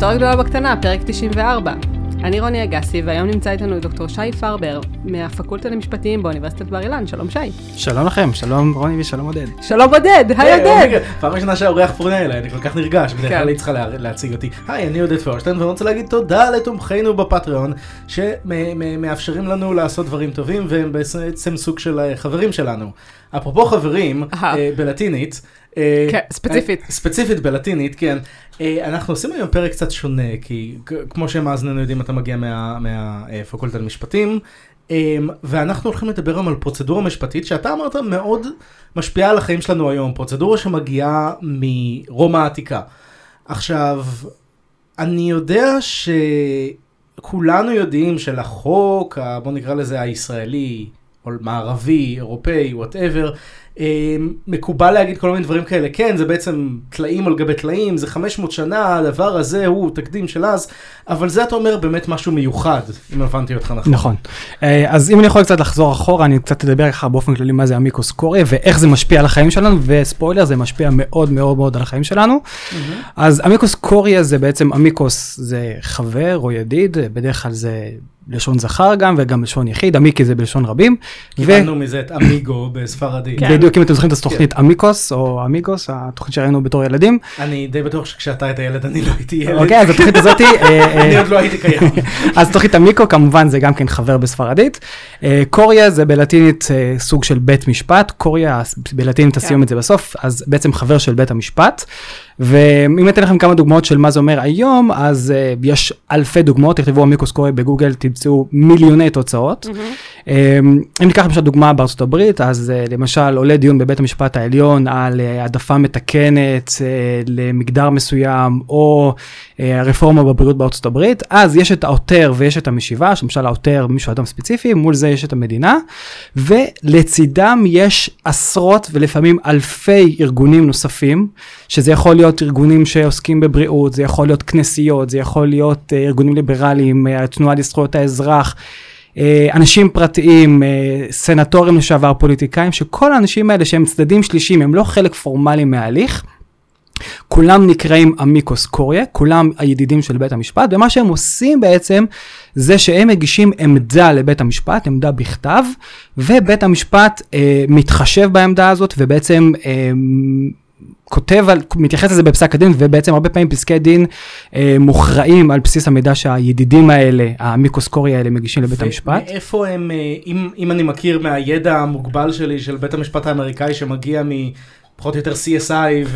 היסטוריה גדולה בקטנה, פרק 94. אני רוני אגסי, והיום נמצא איתנו דוקטור שי פרבר, מהפקולטה למשפטים באוניברסיטת בר אילן. שלום שי. שלום לכם, שלום רוני ושלום עודד. שלום עודד, היי עודד. פעם ראשונה שהאורח פונה אליי, אני כל כך נרגש, בדרך כלל היא צריכה להציג אותי. היי, אני עודד פורשטיין, ואני רוצה להגיד תודה לתומכינו בפטריון, שמאפשרים לנו לעשות דברים טובים, והם בעצם סוג של חברים שלנו. אפרופו חברים, בלטינית, ספציפית בלטינית, כן. אנחנו עושים היום פרק קצת שונה, כי כמו שמאזננו יודעים, אתה מגיע מהפקולטה למשפטים, ואנחנו הולכים לדבר היום על פרוצדורה משפטית, שאתה אמרת מאוד משפיעה על החיים שלנו היום, פרוצדורה שמגיעה מרומא העתיקה. עכשיו, אני יודע שכולנו יודעים שלחוק, בוא נקרא לזה הישראלי, או מערבי, אירופאי, whatever, מקובל להגיד כל מיני דברים כאלה. כן, זה בעצם תלאים על גבי תלאים, זה 500 שנה, הדבר הזה הוא תקדים של אז, אבל זה אתה אומר באמת משהו מיוחד, אם הבנתי אותך נכון. נכון. אז אם אני יכול קצת לחזור אחורה, אני קצת אדבר לך באופן כללי מה זה אמיקוס קוריה, ואיך זה משפיע על החיים שלנו, וספוילר, זה משפיע מאוד מאוד מאוד על החיים שלנו. אז אמיקוס קוריה זה בעצם, אמיקוס זה חבר או ידיד, בדרך כלל זה לשון זכר גם, וגם לשון יחיד, אמיקי זה בלשון רבים. קיבלנו מזה את אמיגו בספרדי. בדיוק, אם אתם זוכרים את התוכנית אמיקוס, או אמיגוס, התוכנית שראינו בתור ילדים. אני די בטוח שכשאתה היית ילד, אני לא הייתי ילד. אוקיי, אז התוכנית הזאת... אני עוד לא הייתי קיים. אז תוכנית אמיקו, כמובן, זה גם כן חבר בספרדית. קוריה זה בלטינית סוג של בית משפט, קוריה, בלטינית תסיום את זה בסוף, אז בעצם חבר של בית המשפט. ואם אתן לכם כמה דוגמאות של מה זה אומר היום, אז יש אלפי דוגמאות, תכתבו אמיקוס קוריה בגוגל, תמצאו מיליוני תוצאות. אם ניקח למשל דוגמה בארצות הברית, אז למשל עולה דיון בבית המשפט העליון על העדפה מתקנת למגדר מסוים, או הרפורמה בבריאות בארצות הברית, אז יש את העותר ויש את המשיבה, למשל העותר מישהו אדם ספציפי, מול זה יש את המדינה, ולצידם יש עשרות ולפעמים אלפי ארגונים נוספים, שזה יכול להיות ארגונים שעוסקים בבריאות, זה יכול להיות כנסיות, זה יכול להיות ארגונים ליברליים, התנועה לזכויות האזרח, אנשים פרטיים, סנטורים לשעבר, פוליטיקאים, שכל האנשים האלה שהם צדדים שלישים, הם לא חלק פורמלי מההליך, כולם נקראים אמיקוס קוריה, כולם הידידים של בית המשפט, ומה שהם עושים בעצם, זה שהם מגישים עמדה לבית המשפט, עמדה בכתב, ובית המשפט מתחשב בעמדה הזאת, ובעצם כותב, מתייחס לזה בפסק הדין, ובעצם הרבה פעמים פסקי דין מוכרעים על בסיס המידע שהידידים האלה, האמיקוס קוריה האלה, מגישים לבית המשפט. ואיפה הם, אם אני מכיר מהידע המוגבל שלי של בית המשפט האמריקאי, שמגיע פחות או יותר CSI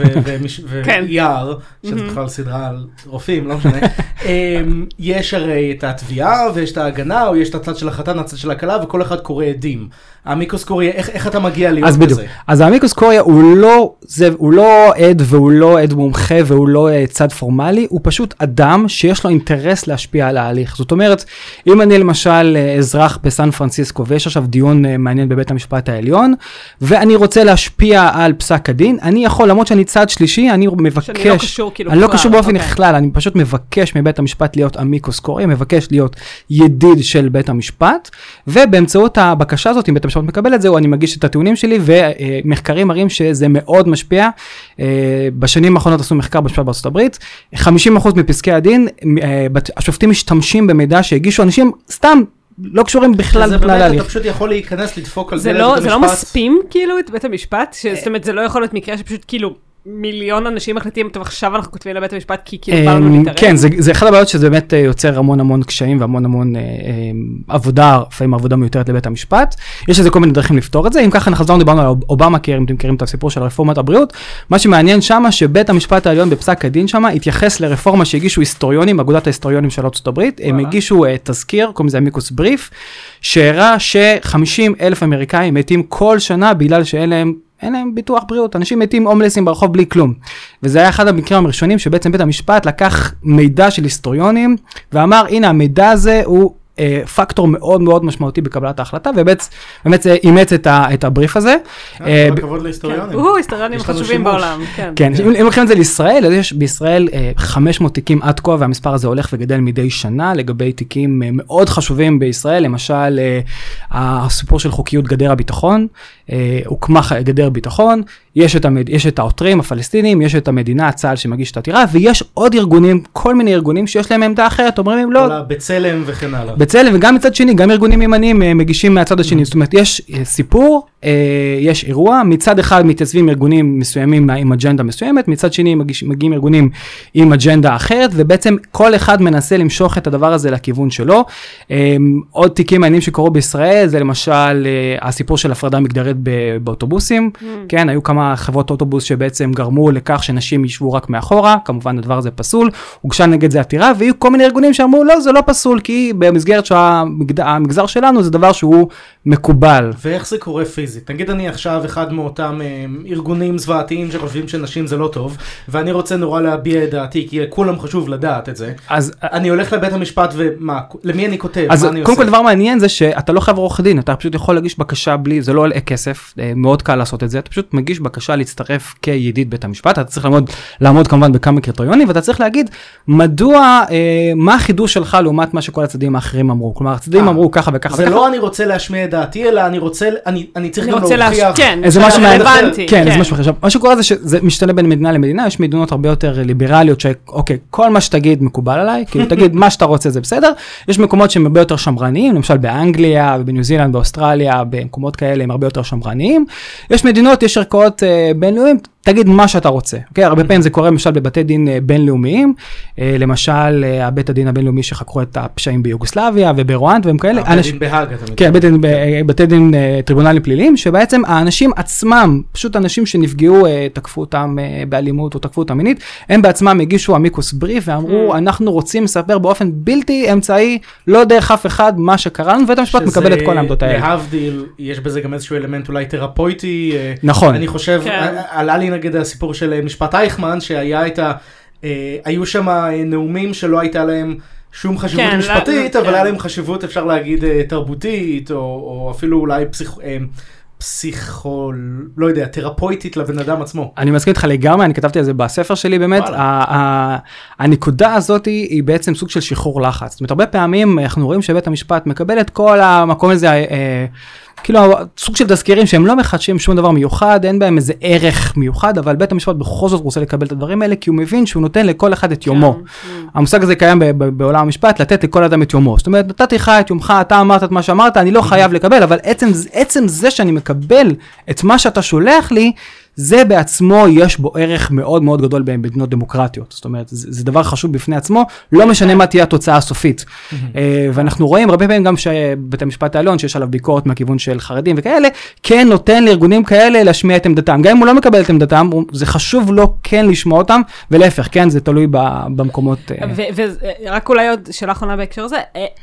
ו-ER, שזה בכלל סדרה על רופאים, לא משנה, יש הרי את התביעה ויש את ההגנה, או יש את הצד של החתן, הצד של הקלה, וכל אחד קורא עדים. האמיקוס קוריה, איך אתה מגיע להיות בזה? אז בדיוק. אז האמיקוס קוריה הוא לא עד והוא לא עד מומחה והוא לא צד פורמלי, הוא פשוט אדם שיש לו אינטרס להשפיע על ההליך. זאת אומרת, אם אני למשל אזרח בסן פרנסיסקו, ויש עכשיו דיון מעניין בבית המשפט העליון, ואני רוצה להשפיע על פסק הדין, אני יכול, למרות שאני צד שלישי, אני מבקש, שאני לא קשור כאילו אני לא קשור באופן בכלל, אני פשוט מבקש מבית המשפט להיות אמיקוס קוריה, מבקש להיות ידיד של בית המשפט, ובאמצעות הבקשה הזאת, אם בית המשפט מקבל את זה, אני מגיש את הטיעונים שלי, ומחקרים מראים שזה מאוד משפיע. בשנים האחרונות עשו מחקר במשפט בארצות הברית, 50% מפסקי הדין, השופטים משתמשים במידע שהגישו אנשים סתם, לא קשורים בכלל זה באמת, אתה פשוט יכול להיכנס, לדפוק על זה לבית המשפט. זה לא מספים כאילו את בית המשפט? זאת אומרת, זה לא יכול להיות מקרה שפשוט כאילו מיליון אנשים מחליטים, טוב עכשיו אנחנו כותבים לבית המשפט כי כאילו בא לנו להתערב. כן, זה אחד הבעיות שזה באמת יוצר המון קשיים והמון עבודה, לפעמים עבודה מיותרת לבית המשפט. יש איזה כל מיני דרכים לפתור את זה. אם ככה אנחנו דיברנו על אובמה קר, אם אתם מכירים את הסיפור של רפורמת הבריאות, מה שמעניין שמה שבית המשפט העליון בפסק הדין שמה התייחס לרפורמה שהגישו היסטוריונים, אגודת ההיסטוריונים של ארצות הברית, הם הגישו תזכיר, קוראים לזה אמיקוס בריף, שהראה ש50,000 אמריקאים מתים כל שנה בגלל שאין להם ביטוח בריאות, אנשים מתים הומלסים ברחוב בלי כלום. וזה היה אחד המקרים הראשונים שבעצם בית המשפט לקח מידע של היסטוריונים, ואמר, הנה המידע הזה הוא פקטור מאוד מאוד משמעותי בקבלת ההחלטה, ובאמת אימץ את הבריף הזה. כל הכבוד להיסטוריונים. היסטוריונים חשובים בעולם. כן, אם לוקחים את זה לישראל, אז יש בישראל 500 תיקים עד כה, והמספר הזה הולך וגדל מדי שנה, לגבי תיקים מאוד חשובים בישראל, למשל, הסיפור של חוקיות גדר הביטחון, הוקמה גדר ביטחון, יש את העותרים הפלסטינים, יש את המדינה, הצה"ל שמגיש את העתירה, ויש עוד ארגונים, כל מיני ארגונים שיש להם עמדה אחרת, אומרים לא. בצלם וכן הלאה. בצלם, וגם מצד שני, גם ארגונים ימניים מגישים מהצד השני, זאת אומרת, יש סיפור, יש אירוע, מצד אחד מתייצבים ארגונים מסוימים עם אג'נדה מסוימת, מצד שני מגיעים ארגונים עם אג'נדה אחרת, ובעצם כל אחד מנסה למשוך את הדבר הזה לכיוון שלו. עוד תיקים מעניינים שקורו בישראל, זה למשל הסיפור של הפרדה מגדרית באוטובוסים, כן, היו כמה חברות אוטובוס שבעצם גרמו לכך שנשים ישבו רק מאחורה, כמובן הדבר הזה פסול, הוגשה נגד זה עתירה, והיו כל מיני ארגונים שאמרו, לא, זה לא פסול, כי במסגרת שהמגזר שלנו זה דבר שהוא מקובל. ואיך זה קורה פיזית? תגיד אני עכשיו אחד מאותם ארגונים זוועתיים שחושבים שנשים זה לא טוב, ואני רוצה נורא להביע את דעתי, כי כולם חשוב לדעת את זה. אז אני הולך לבית המשפט ומה, למי אני כותב? אז קודם כל דבר מעניין זה שאתה לא חייב עורך דין, אתה פשוט יכול להגיש בקשה בלי, זה לא עולה כסף, מאוד קל לעשות את זה, אתה פשוט מגיש בקשה להצטרף כידיד בית המשפט, אתה צריך לעמוד כמובן בכמה קריטריונים, ואתה צריך להגיד מדוע, מה החידוש שלך לעומת מה שכל הצדדים האחרים אמרו, כלומר הצדדים אמרו ככה וככה. זה לא אני רוצה להשמיע את דעתי, אלא אני צריך גם להוכיח. כן, זה משהו רלוונטי. כן, זה משהו אחר. מה שקורה זה שזה משתנה בין מדינה למדינה, יש מדינות הרבה יותר ליברליות, שאוקיי, כל מה שתגיד מקובל עליי, כאילו תגיד מה שאתה רוצה זה בסדר, יש מקומות שהם הרבה יותר שמרניים, למשל באנגליה ובניו זילנד, באוסטרליה, במקומות כאלה הם הרבה יותר שמרניים. יש מדינות, יש ערכאות בינלאומיים, תגיד מה שאתה רוצה. אוקיי? הרבה פעמים זה קורה למשל בבתי דין בינלאומיים, למשל הבית הדין הבינלאומי שחקרו את הפשעים ביוגוסלביה וברואנד והם כאלה. בתי דין בהאג, אתה מתכוון. כן, בתי דין טריבונלים פליליים, שבעצם האנשים עצמם, פשוט אנשים שנפגעו, תקפו אותם באלימות או תקפו אותם מינית, הם בעצמם הגישו אמיקוס בריף ואמרו, אנחנו רוצים לספר באופן בלתי אמצעי, לא דרך אף אחד מה שקרה לנו, ובית המשפט מקבל את כל העמדות האלה. להבדיל, יש בזה גם איזשהו אלמנט אולי תרפויטי. נכון. אני חושב, עלה לי נגד הסיפור של משפט אייכמן, שהיה היו שם נאומים שלא הייתה להם שום חשיבות משפטית, אבל היה להם חשיבות, אפשר להגיד, תרבותית, או אפילו אולי לא יודע, תרפויטית לבן אדם עצמו. אני מסכים איתך לגמרי, אני כתבתי על זה בספר שלי באמת, הנקודה הזאת היא בעצם סוג של שחרור לחץ. זאת אומרת, הרבה פעמים אנחנו רואים שבית המשפט מקבל את כל המקום הזה, כאילו סוג של תזכירים שהם לא מחדשים שום דבר מיוחד, אין בהם איזה ערך מיוחד, אבל בית המשפט בכל זאת רוצה לקבל את הדברים האלה, כי הוא מבין שהוא נותן לכל אחד את יומו. המושג הזה קיים בעולם המשפט, לתת לכל אדם את יומו. זאת אומרת, נתתי לך את יומך, אתה אמרת את מה שאמרת, אני לא חייב לקבל, אבל עצם זה שאני מקבל את מה שאתה שולח לי, זה בעצמו יש בו ערך מאוד מאוד גדול במדינות דמוקרטיות. זאת אומרת, זה דבר חשוב בפני עצמו, לא משנה מה תהיה התוצאה הסופית. ואנחנו רואים הרבה פעמים גם שבית המשפט העליון, שיש עליו ביקורת מהכיוון של חרדים וכאלה, כן נותן לארגונים כאלה להשמיע את עמדתם. גם אם הוא לא מקבל את עמדתם, זה חשוב לו כן לשמוע אותם, ולהפך, כן, זה תלוי במקומות. ורק אולי עוד שאלה אחרונה בהקשר הזה,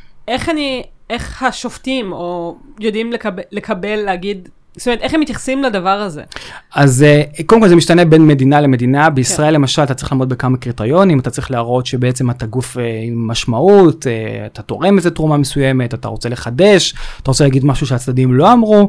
איך השופטים או יודעים לקבל, להגיד, זאת אומרת, איך הם מתייחסים לדבר הזה? אז קודם כל זה משתנה בין מדינה למדינה. בישראל למשל אתה צריך לעמוד בכמה קריטריונים, אתה צריך להראות שבעצם אתה גוף עם משמעות, אתה תורם איזה תרומה מסוימת, אתה רוצה לחדש, אתה רוצה להגיד משהו שהצדדים לא אמרו.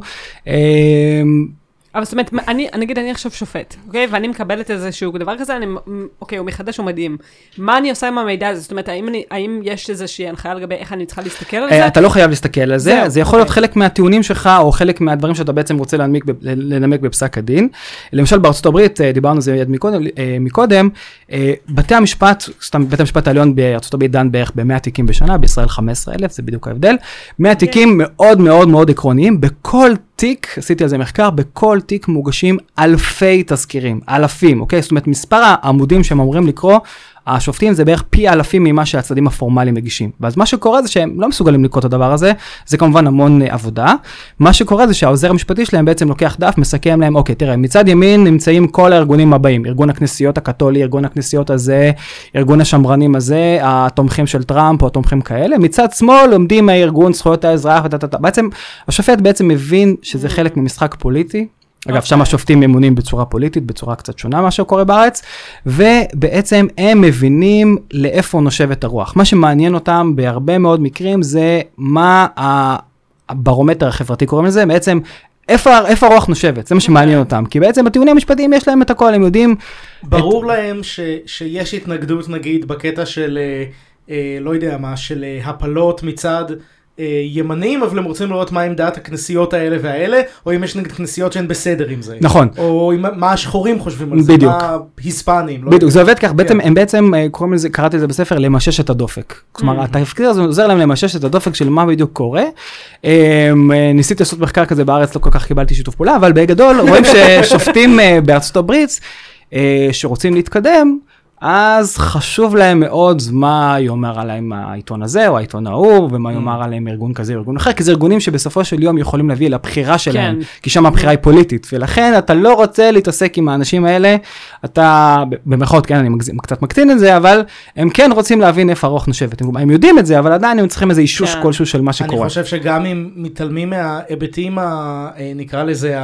אבל זאת אומרת, נגיד אני עכשיו שופט, אוקיי? ואני מקבלת איזשהו דבר כזה, אוקיי, הוא מחדש, הוא מדהים. מה אני עושה עם המידע הזה? זאת אומרת, האם יש איזושהי הנחיה לגבי איך אני צריכה להסתכל על זה? אתה לא חייב להסתכל על זה, זה יכול להיות חלק מהטיעונים שלך, או חלק מהדברים שאתה בעצם רוצה לנמק בפסק הדין. למשל, בארצות הברית, דיברנו על זה מקודם, בתי המשפט, סתם בית המשפט העליון בארצות הברית דן בערך ב100 תיקים בשנה, בישראל 15,000, זה בדיוק ההבדל. 100 תיקים מאוד מאוד מאוד עקרוניים, בכל תיק, עשיתי על זה מחקר, בכל תיק מוגשים אלפי תזכירים, אלפים, אוקיי? זאת אומרת, מספר העמודים שהם אמורים לקרוא, השופטים זה בערך פי אלפים ממה שהצדדים הפורמליים מגישים. ואז מה שקורה זה שהם לא מסוגלים לקרוא את הדבר הזה, זה כמובן המון עבודה. מה שקורה זה שהעוזר המשפטי שלהם בעצם לוקח דף, מסכם להם, אוקיי, תראה, מצד ימין נמצאים כל הארגונים הבאים, ארגון הכנסיות הקתולי, ארגון הכנסיות הזה, ארגון השמרנים הזה, התומכים של טראמפ או התומכים כאלה. מצד שמאל עומדים הארגון זכויות האזרח, בעצם, השופט בעצם מבין שזה חלק ממשחק פוליטי. אגב, שם השופטים ממונים בצורה פוליטית, בצורה קצת שונה מה שקורה בארץ, ובעצם הם מבינים לאיפה נושבת הרוח. מה שמעניין אותם בהרבה מאוד מקרים זה מה הברומטר החברתי קוראים לזה, בעצם איפה הרוח נושבת, זה מה שמעניין אותם, כי בעצם בטיעונים המשפטיים יש להם את הכל, הם יודעים... ברור להם שיש התנגדות נגיד בקטע של, לא יודע מה, של הפלות מצד... ימנים, אבל הם רוצים לראות מה עמדת הכנסיות האלה והאלה, או אם יש נגד כנסיות שהן בסדר עם זה. נכון. או מה השחורים חושבים על זה, בדיוק. מה היספנים. בדיוק, זה עובד כך, הם בעצם, קוראים לזה, קראתי לזה בספר, למשש את הדופק. כלומר, התפקיד הזה עוזר להם למשש את הדופק של מה בדיוק קורה. ניסיתי לעשות מחקר כזה בארץ, לא כל כך קיבלתי שיתוף פעולה, אבל בגדול רואים ששופטים בארצות הברית, שרוצים להתקדם, אז חשוב להם מאוד מה יאמר עליהם העיתון הזה, או העיתון ההוא, ומה יאמר עליהם ארגון כזה, ארגון אחר, כי זה ארגונים שבסופו של יום יכולים להביא לבחירה שלהם, כי שם הבחירה היא פוליטית, ולכן אתה לא רוצה להתעסק עם האנשים האלה, אתה, במרכאות, כן, אני קצת מקטין את זה, אבל הם כן רוצים להבין איפה הרוח נושבת, הם יודעים את זה, אבל עדיין הם צריכים איזה אישוש כלשהו של מה שקורה. אני חושב שגם אם מתעלמים מההיבטים, נקרא לזה,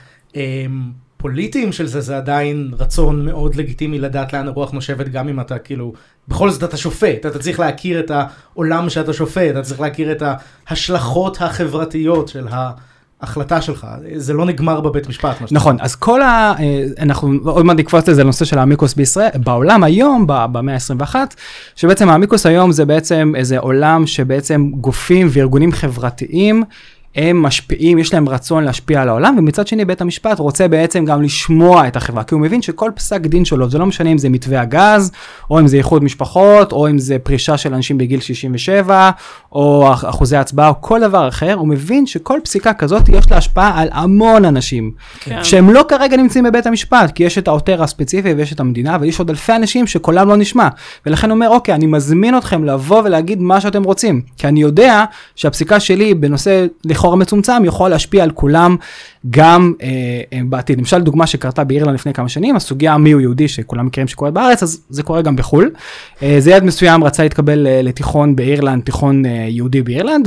פוליטיים של זה, זה עדיין רצון מאוד לגיטימי לדעת לאן הרוח נושבת, גם אם אתה כאילו, בכל זאת אתה שופט, אתה צריך להכיר את העולם שאתה שופט, אתה צריך להכיר את ההשלכות החברתיות של ההחלטה שלך, זה לא נגמר בבית משפט. נכון, אז אנחנו עוד מעט נקפוץ לזה לנושא של האמיקוס בישראל, בעולם היום, במאה ה-21, שבעצם האמיקוס היום זה בעצם איזה עולם שבעצם גופים וארגונים חברתיים, הם משפיעים, יש להם רצון להשפיע על העולם, ומצד שני בית המשפט רוצה בעצם גם לשמוע את החברה, כי הוא מבין שכל פסק דין שלו, זה לא משנה אם זה מתווה הגז, או אם זה איחוד משפחות, או אם זה פרישה של אנשים בגיל 67, או אחוזי הצבעה, או כל דבר אחר, הוא מבין שכל פסיקה כזאת יש לה השפעה על המון אנשים, שהם לא כרגע נמצאים בבית המשפט, כי יש את העותר הספציפי ויש את המדינה, ויש עוד אלפי אנשים שקולם לא נשמע, ולכן הוא אומר, אוקיי, אני מזמין אתכם לבוא ולהגיד מה שאתם רוצים, כי אני יודע שהפסיקה שלי בנושא לכאורה מצומצם יכול להשפיע על כולם גם בעתיד. למשל דוגמה שקרתה באירלנד לפני כמה שנים, הסוגיה מי הוא יהודי שכולם מכירים שקורית בארץ, אז זה קורה גם בחול. זה ילד מסוים רצה להתקבל לתיכון באירלנד, תיכון יהודי באירלנד,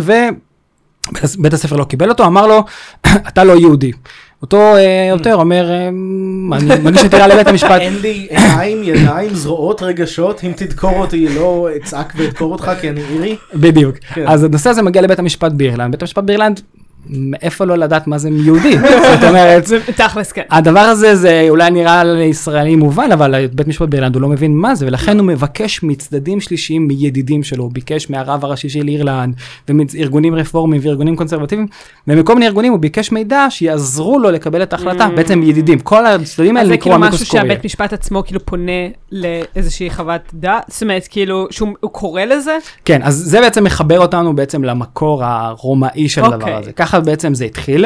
ובית הספר לא קיבל אותו, אמר לו, אתה לא יהודי. אותו יותר אומר, אני מגיש שתראה לבית המשפט. אין לי עיניים, ידיים, זרועות, רגשות, אם תדקור אותי, לא אצעק ואדקור אותך, כי אני אירי. בדיוק. אז הנושא הזה מגיע לבית המשפט באירלנד. בית המשפט באירלנד, מאיפה לא לדעת מה זה יהודי? זאת אומרת, תכלס, כן. הדבר הזה, זה אולי נראה לישראלי מובן, אבל בית משפט באירלנד הוא לא מבין מה זה, ולכן הוא מבקש מצדדים שלישיים מידידים שלו, הוא ביקש מהרב הראשי של אירלנד, ומארגונים רפורמיים וארגונים קונסרבטיביים, ומכל מיני ארגונים הוא ביקש מידע שיעזרו לו לקבל את ההחלטה, בעצם ידידים. כל הצדדים האלה נקראו המיקוס קוריה. אז זה כאילו משהו שהבית משפט עצמו כאילו פונה לאיזושהי חוות דעת, זאת אומרת, כאילו, שהוא קורא לזה? כן, אז זה בעצם מחבר אותנו בעצם למקור הרומאי של הדבר הזה. ככה בעצם זה התחיל.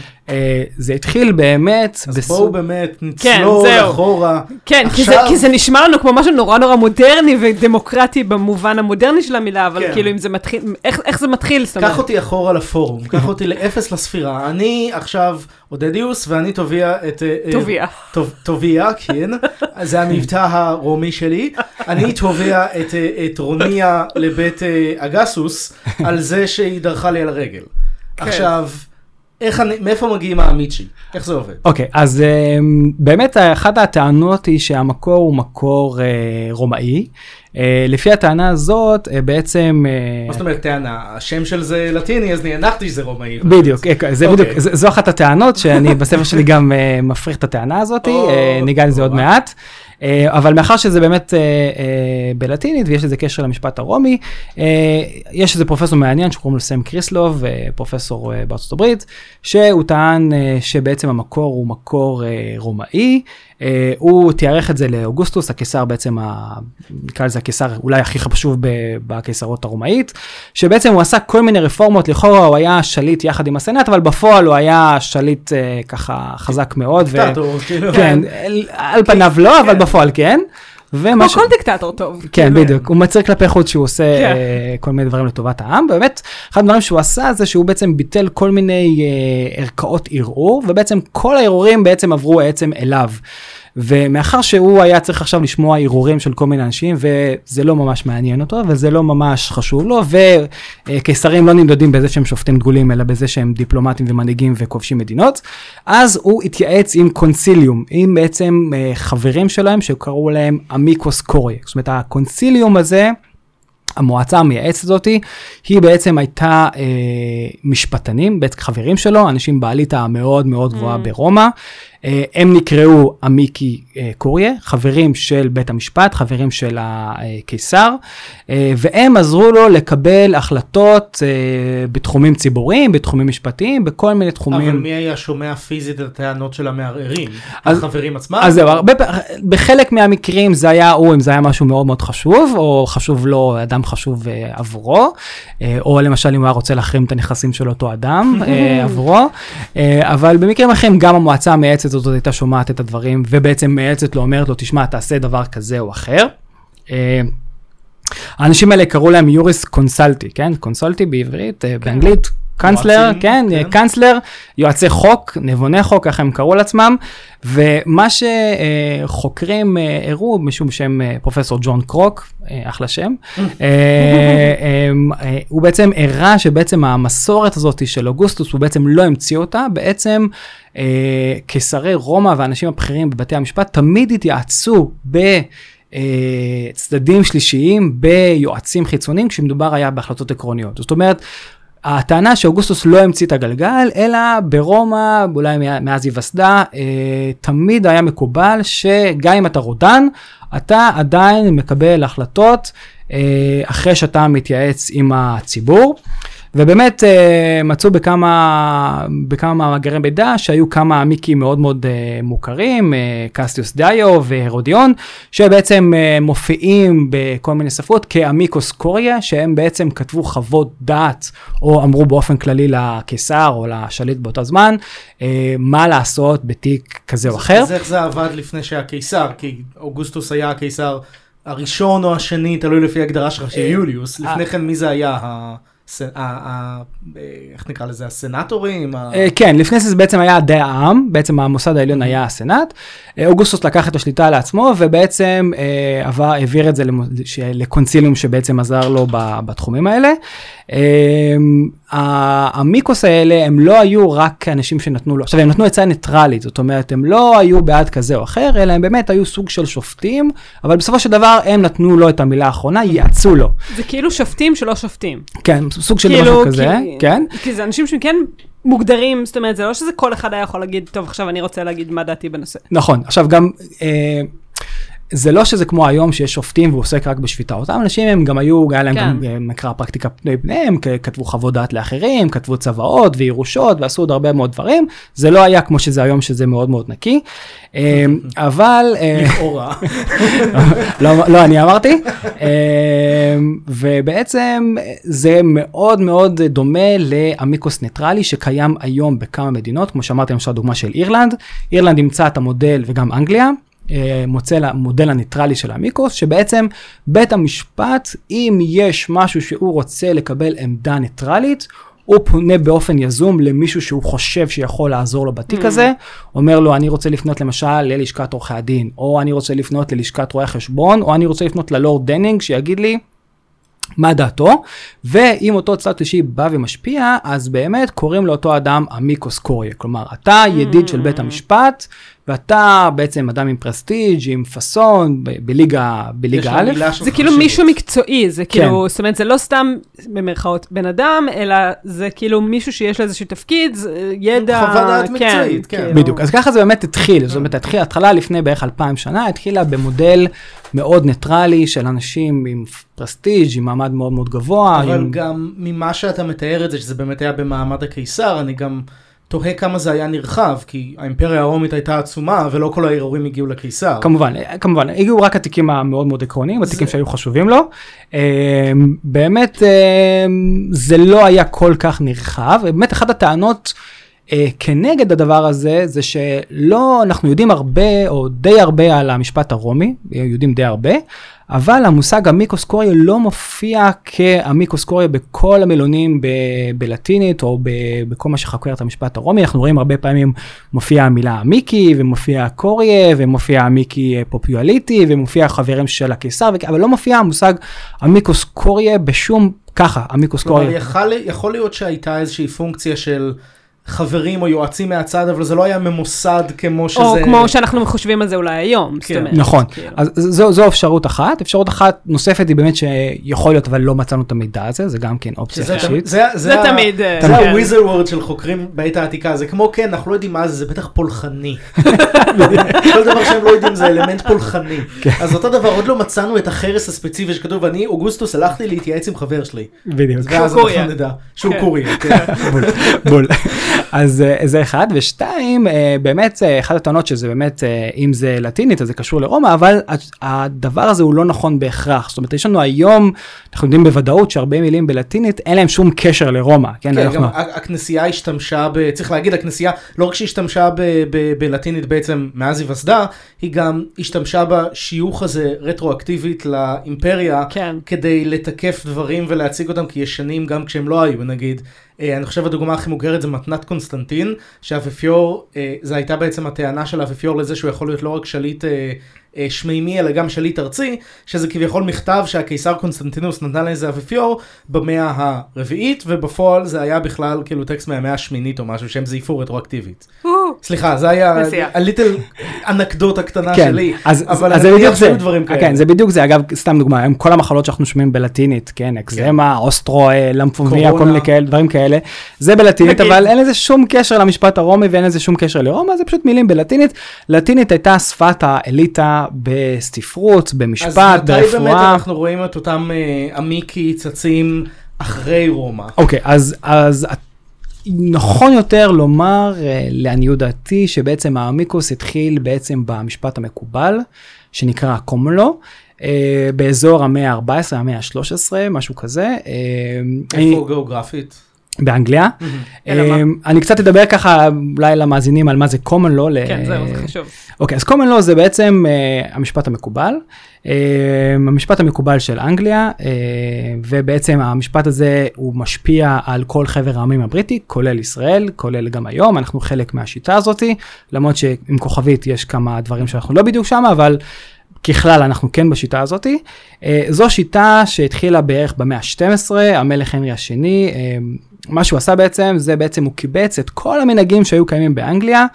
זה התחיל באמת... אז בואו באמת נצלול אחורה. כן, כי זה נשמע לנו כמו משהו נורא נורא מודרני ודמוקרטי במובן המודרני של המילה, אבל כאילו אם זה מתחיל, איך זה מתחיל? קח אותי אחורה לפורום, קח אותי לאפס לספירה. אני עכשיו אודדיוס ואני תובע את... תובע, כן. זה המבטא הרומי שלי. אני תובע את רוניה לבית אגסוס על זה שהיא דרכה לי על הרגל. עכשיו... מאיפה מגיעים האמיצ'י? איך זה עובד? אוקיי, אז באמת אחת הטענות היא שהמקור הוא מקור רומאי. לפי הטענה הזאת, בעצם... מה זאת אומרת טענה? השם של זה לטיני, אז הנחתי שזה רומאי. בדיוק, זו אחת הטענות שאני בספר שלי גם מפריך את הטענה הזאת, ניגע לזה עוד מעט. אבל מאחר שזה באמת בלטינית ויש לזה קשר למשפט הרומי, יש איזה פרופסור מעניין שקוראים לו סם קריסלוב, פרופסור בארצות הברית, שהוא טען שבעצם המקור הוא מקור רומאי, הוא תיארך את זה לאוגוסטוס, הקיסר בעצם, נקרא לזה הקיסר אולי הכי חשוב בקיסרות הרומאית, שבעצם הוא עשה כל מיני רפורמות, לכאורה הוא היה שליט יחד עם הסנאט, אבל בפועל הוא היה שליט ככה חזק מאוד. דיקטטור, כאילו. כן, על פניו לא, אבל בפועל כן. כמו כל דיקטטור טוב. כן, בדיוק. הוא מצריך כלפי חוץ שהוא עושה כל מיני דברים לטובת העם. באמת, אחד הדברים שהוא עשה זה שהוא בעצם ביטל כל מיני ערכאות ערעור, ובעצם כל הערעורים בעצם עברו בעצם אליו. ומאחר שהוא היה צריך עכשיו לשמוע ערעורים של כל מיני אנשים, וזה לא ממש מעניין אותו, וזה לא ממש חשוב לו, וקיסרים לא נמדדים בזה שהם שופטים דגולים, אלא בזה שהם דיפלומטים ומנהיגים וכובשים מדינות, אז הוא התייעץ עם קונסיליום, עם בעצם חברים שלהם שקראו להם אמיקוס קוריה. זאת אומרת, הקונסיליום הזה, המועצה המייעצת הזאת, היא בעצם הייתה משפטנים, חברים שלו, אנשים בעלית המאוד מאוד גבוהה ברומא, הם נקראו אמיקי קוריה, חברים של בית המשפט, חברים של הקיסר, והם עזרו לו לקבל החלטות בתחומים ציבוריים, בתחומים משפטיים, בכל מיני תחומים. אבל מי היה שומע פיזית את הטענות של המערערים? החברים עצמם? אז זהו, בחלק מהמקרים זה היה אם זה היה משהו מאוד מאוד חשוב, או חשוב לו, אדם חשוב עבורו, או למשל אם הוא היה רוצה להחרים את הנכסים של אותו אדם עבורו, אבל במקרים אחרים גם המועצה המייעצת הזאת הייתה שומעת את הדברים, ובעצם מייעצת לו, אומרת לו, תשמע, תעשה דבר כזה או אחר. האנשים האלה קראו להם יוריס קונסלטי, כן? קונסלטי בעברית, באנגלית, קאנצלר, כן, קאנצלר, יועצי חוק, נבוני חוק, איך הם קראו לעצמם, ומה שחוקרים הראו, משום שהם פרופסור ג'ון קרוק, אחלה שם, הוא בעצם הראה שבעצם המסורת הזאת של אוגוסטוס, הוא בעצם לא המציא אותה, בעצם קיסרי רומא והאנשים הבכירים בבתי המשפט, תמיד התייעצו צדדים שלישיים, ביועצים חיצוניים, כשמדובר היה בהחלטות עקרוניות. זאת אומרת, הטענה שאוגוסטוס לא המציא את הגלגל, אלא ברומא, אולי מאז היווסדה, תמיד היה מקובל שגם אם אתה רודן, אתה עדיין מקבל החלטות אחרי שאתה מתייעץ עם הציבור. ובאמת מצאו בכמה מאגרי מידע שהיו כמה אמיקים מאוד מאוד מוכרים, קסטיוס דיו והרודיון, שבעצם מופיעים בכל מיני שפות כאמיקוס קוריה, שהם בעצם כתבו חוות דעת, או אמרו באופן כללי לקיסר או לשליט באותו זמן, מה לעשות בתיק כזה או אחר. אז איך זה עבד לפני שהיה קיסר? כי אוגוסטוס היה הקיסר הראשון או השני, תלוי לפי הגדרה שלך של יוליוס. לפני כן מי זה היה איך נקרא לזה, הסנטורים? כן, לפני זה בעצם היה די העם, בעצם המוסד העליון היה הסנאט, אוגוסטוס לקח את השליטה לעצמו, ובעצם העביר את זה לקונסיליום שבעצם עזר לו בתחומים האלה. המיקוס האלה הם לא היו רק אנשים שנתנו לו, עכשיו הם נתנו עצה ניטרלית, זאת אומרת הם לא היו בעד כזה או אחר, אלא הם באמת היו סוג של שופטים, אבל בסופו של דבר הם נתנו לו את המילה האחרונה, יעצו לו. זה כאילו שופטים שלא שופטים. כן, סוג של משהו כזה, כן. כי זה אנשים שכן מוגדרים, זאת אומרת זה לא שזה כל אחד היה יכול להגיד, טוב עכשיו אני רוצה להגיד מה דעתי בנושא. נכון, עכשיו גם זה לא שזה כמו היום שיש שופטים והוא עוסק רק בשפיטה. אותם אנשים הם גם היו, היה להם גם מקרא פרקטיקה פניהם, כתבו חוות דעת לאחרים, כתבו צוואות וירושות ועשו עוד הרבה מאוד דברים. זה לא היה כמו שזה היום שזה מאוד מאוד נקי. אבל לכאורה. לא, אני אמרתי. ובעצם זה מאוד מאוד דומה לאמיקוס ניטרלי שקיים היום בכמה מדינות, כמו שאמרתי למשל דוגמה של אירלנד. אירלנד ימצא את המודל וגם אנגליה. מוצא למודל הניטרלי של המיקוס, שבעצם בית המשפט, אם יש משהו שהוא רוצה לקבל עמדה ניטרלית, הוא פונה באופן יזום למישהו שהוא חושב שיכול לעזור לו בתיק הזה, אומר לו, אני רוצה לפנות למשל ללשכת עורכי הדין, או אני רוצה לפנות ללשכת רואי החשבון, או אני רוצה לפנות ללורד דנינג, שיגיד לי מה דעתו, ואם אותו צד שלישי בא ומשפיע, אז באמת קוראים לאותו אדם אמיקוס קוריה, כלומר, אתה ידיד של בית המשפט, ואתה בעצם אדם עם פרסטיג', עם פסון, בליגה א'. זה כאילו מישהו מקצועי, זה כאילו, זאת אומרת, זה לא סתם במרכאות בן אדם, אלא זה כאילו מישהו שיש לו איזשהו תפקיד, ידע. חוות דעת מקצועית, כן. בדיוק, אז ככה זה באמת התחיל, זאת אומרת, התחילה לפני בערך 2000 שנה, התחילה במודל מאוד ניטרלי של אנשים עם פרסטיג', עם מעמד מאוד מאוד גבוה. אבל גם ממה שאתה מתאר את זה, שזה באמת היה במעמד הקיסר, אני גם תוהה כמה זה היה נרחב, כי האימפריה הרומית הייתה עצומה, ולא כל הערעורים הגיעו לקיסר. כמובן, הגיעו רק התיקים המאוד מאוד עקרוניים, התיקים שהיו חשובים לו. באמת, זה לא היה כל כך נרחב. באמת, אחת הטענות כנגד הדבר הזה, זה שלא, אנחנו יודעים הרבה, או די הרבה על המשפט הרומי, יודעים די הרבה, אבל המושג אמיקוס קוריה לא מופיע כאמיקוס קוריה בכל המילונים בלטינית, או בכל מה שחוקר את המשפט הרומי. אנחנו רואים הרבה פעמים מופיע המילה אמיקי, ומופיע קוריה, ומופיע אמיקי פופואליטי, ומופיע חברים של הקיסר, אבל לא מופיע המושג אמיקוס קוריה בשום ככה, אמיקוס קוריה. יכול להיות שהייתה איזושהי פונקציה של חברים או יועצים מהצד, אבל זה לא היה ממוסד כמו שזה... או כמו שאנחנו חושבים על זה אולי היום. נכון. אז זו אפשרות אחת. אפשרות אחת נוספת היא באמת שיכול להיות, אבל לא מצאנו את המידע הזה, זה גם כן אופציה חשית. זה תמיד... זה הוויזר וורד של חוקרים בעת העתיקה, זה כמו כן, אנחנו לא יודעים מה זה, זה בטח פולחני. כל דבר שהם לא יודעים זה אלמנט פולחני. אז אותו דבר, עוד לא מצאנו את החרס הספציפי שכתוב, אני, אוגוסטוס, הלכתי להתייעץ עם חבר שלי. בדיוק. ואז אנחנו נדע שהוא קוריה. בול. אז זה אחד, ושתיים, באמת, אחת הטענות שזה באמת, אם זה לטינית, אז זה קשור לרומא, אבל הדבר הזה הוא לא נכון בהכרח. זאת אומרת, יש לנו היום, אנחנו יודעים בוודאות שהרבה מילים בלטינית, אין להם שום קשר לרומא. כן, גם הכנסייה השתמשה, צריך להגיד, הכנסייה, לא רק שהיא השתמשה בלטינית בעצם מאז היווסדה, היא גם השתמשה בשיוך הזה רטרואקטיבית לאימפריה, כדי לתקף דברים ולהציג אותם כישנים גם כשהם לא היו, נגיד. אני חושב הדוגמה הכי מוגרת זה מתנת קונסטנטין, שהאפיפיור, זה הייתה בעצם הטענה של האפיפיור לזה שהוא יכול להיות לא רק שליט שמימי, אלא גם שליט ארצי, שזה כביכול מכתב שהקיסר קונסטנטינוס נתן לאיזה אפיפיור במאה הרביעית, ובפועל זה היה בכלל כאילו טקסט מהמאה השמינית או משהו, שהם זייפו רטרואקטיבית. סליחה, זה היה הליטל אנקדוטה קטנה שלי, אבל אני מניח שהיו דברים כאלה. כן, זה בדיוק זה, אגב, סתם דוגמה, עם כל המחלות שאנחנו שומעים בלטינית, כן, אקזמה, אוסטרו, למפוביה, כל מיני כאלה, דברים כאלה, זה בלטינית, אבל אין לזה שום קשר למשפט הרומי ואין לזה שום קשר לרומא, זה פשוט מילים בלטינית. לטינית הייתה שפת האליטה בספרות, במשפט, ברפואה. אז מתי באמת אנחנו רואים את אותם עמיקי צצים אחרי רומא? אוקיי, אז נכון יותר לומר, לעניות דעתי, שבעצם האמיקוס התחיל בעצם במשפט המקובל, שנקרא קומלו, באזור המאה ה-14, המאה ה-13, משהו כזה. איפה גיאוגרפית? באנגליה. אני קצת אדבר ככה אולי למאזינים על מה זה common law. כן, זהו, זה חשוב. אוקיי, אז common law זה בעצם המשפט המקובל. המשפט המקובל של אנגליה, ובעצם המשפט הזה הוא משפיע על כל חבר העמים הבריטי, כולל ישראל, כולל גם היום. אנחנו חלק מהשיטה הזאת, למרות שעם כוכבית יש כמה דברים שאנחנו לא בדיוק שם, אבל ככלל אנחנו כן בשיטה הזאת. זו שיטה שהתחילה בערך במאה ה-12, המלך הנרי השני, מה שהוא עשה בעצם, זה בעצם הוא קיבץ את כל המנהגים שהיו קיימים באנגליה,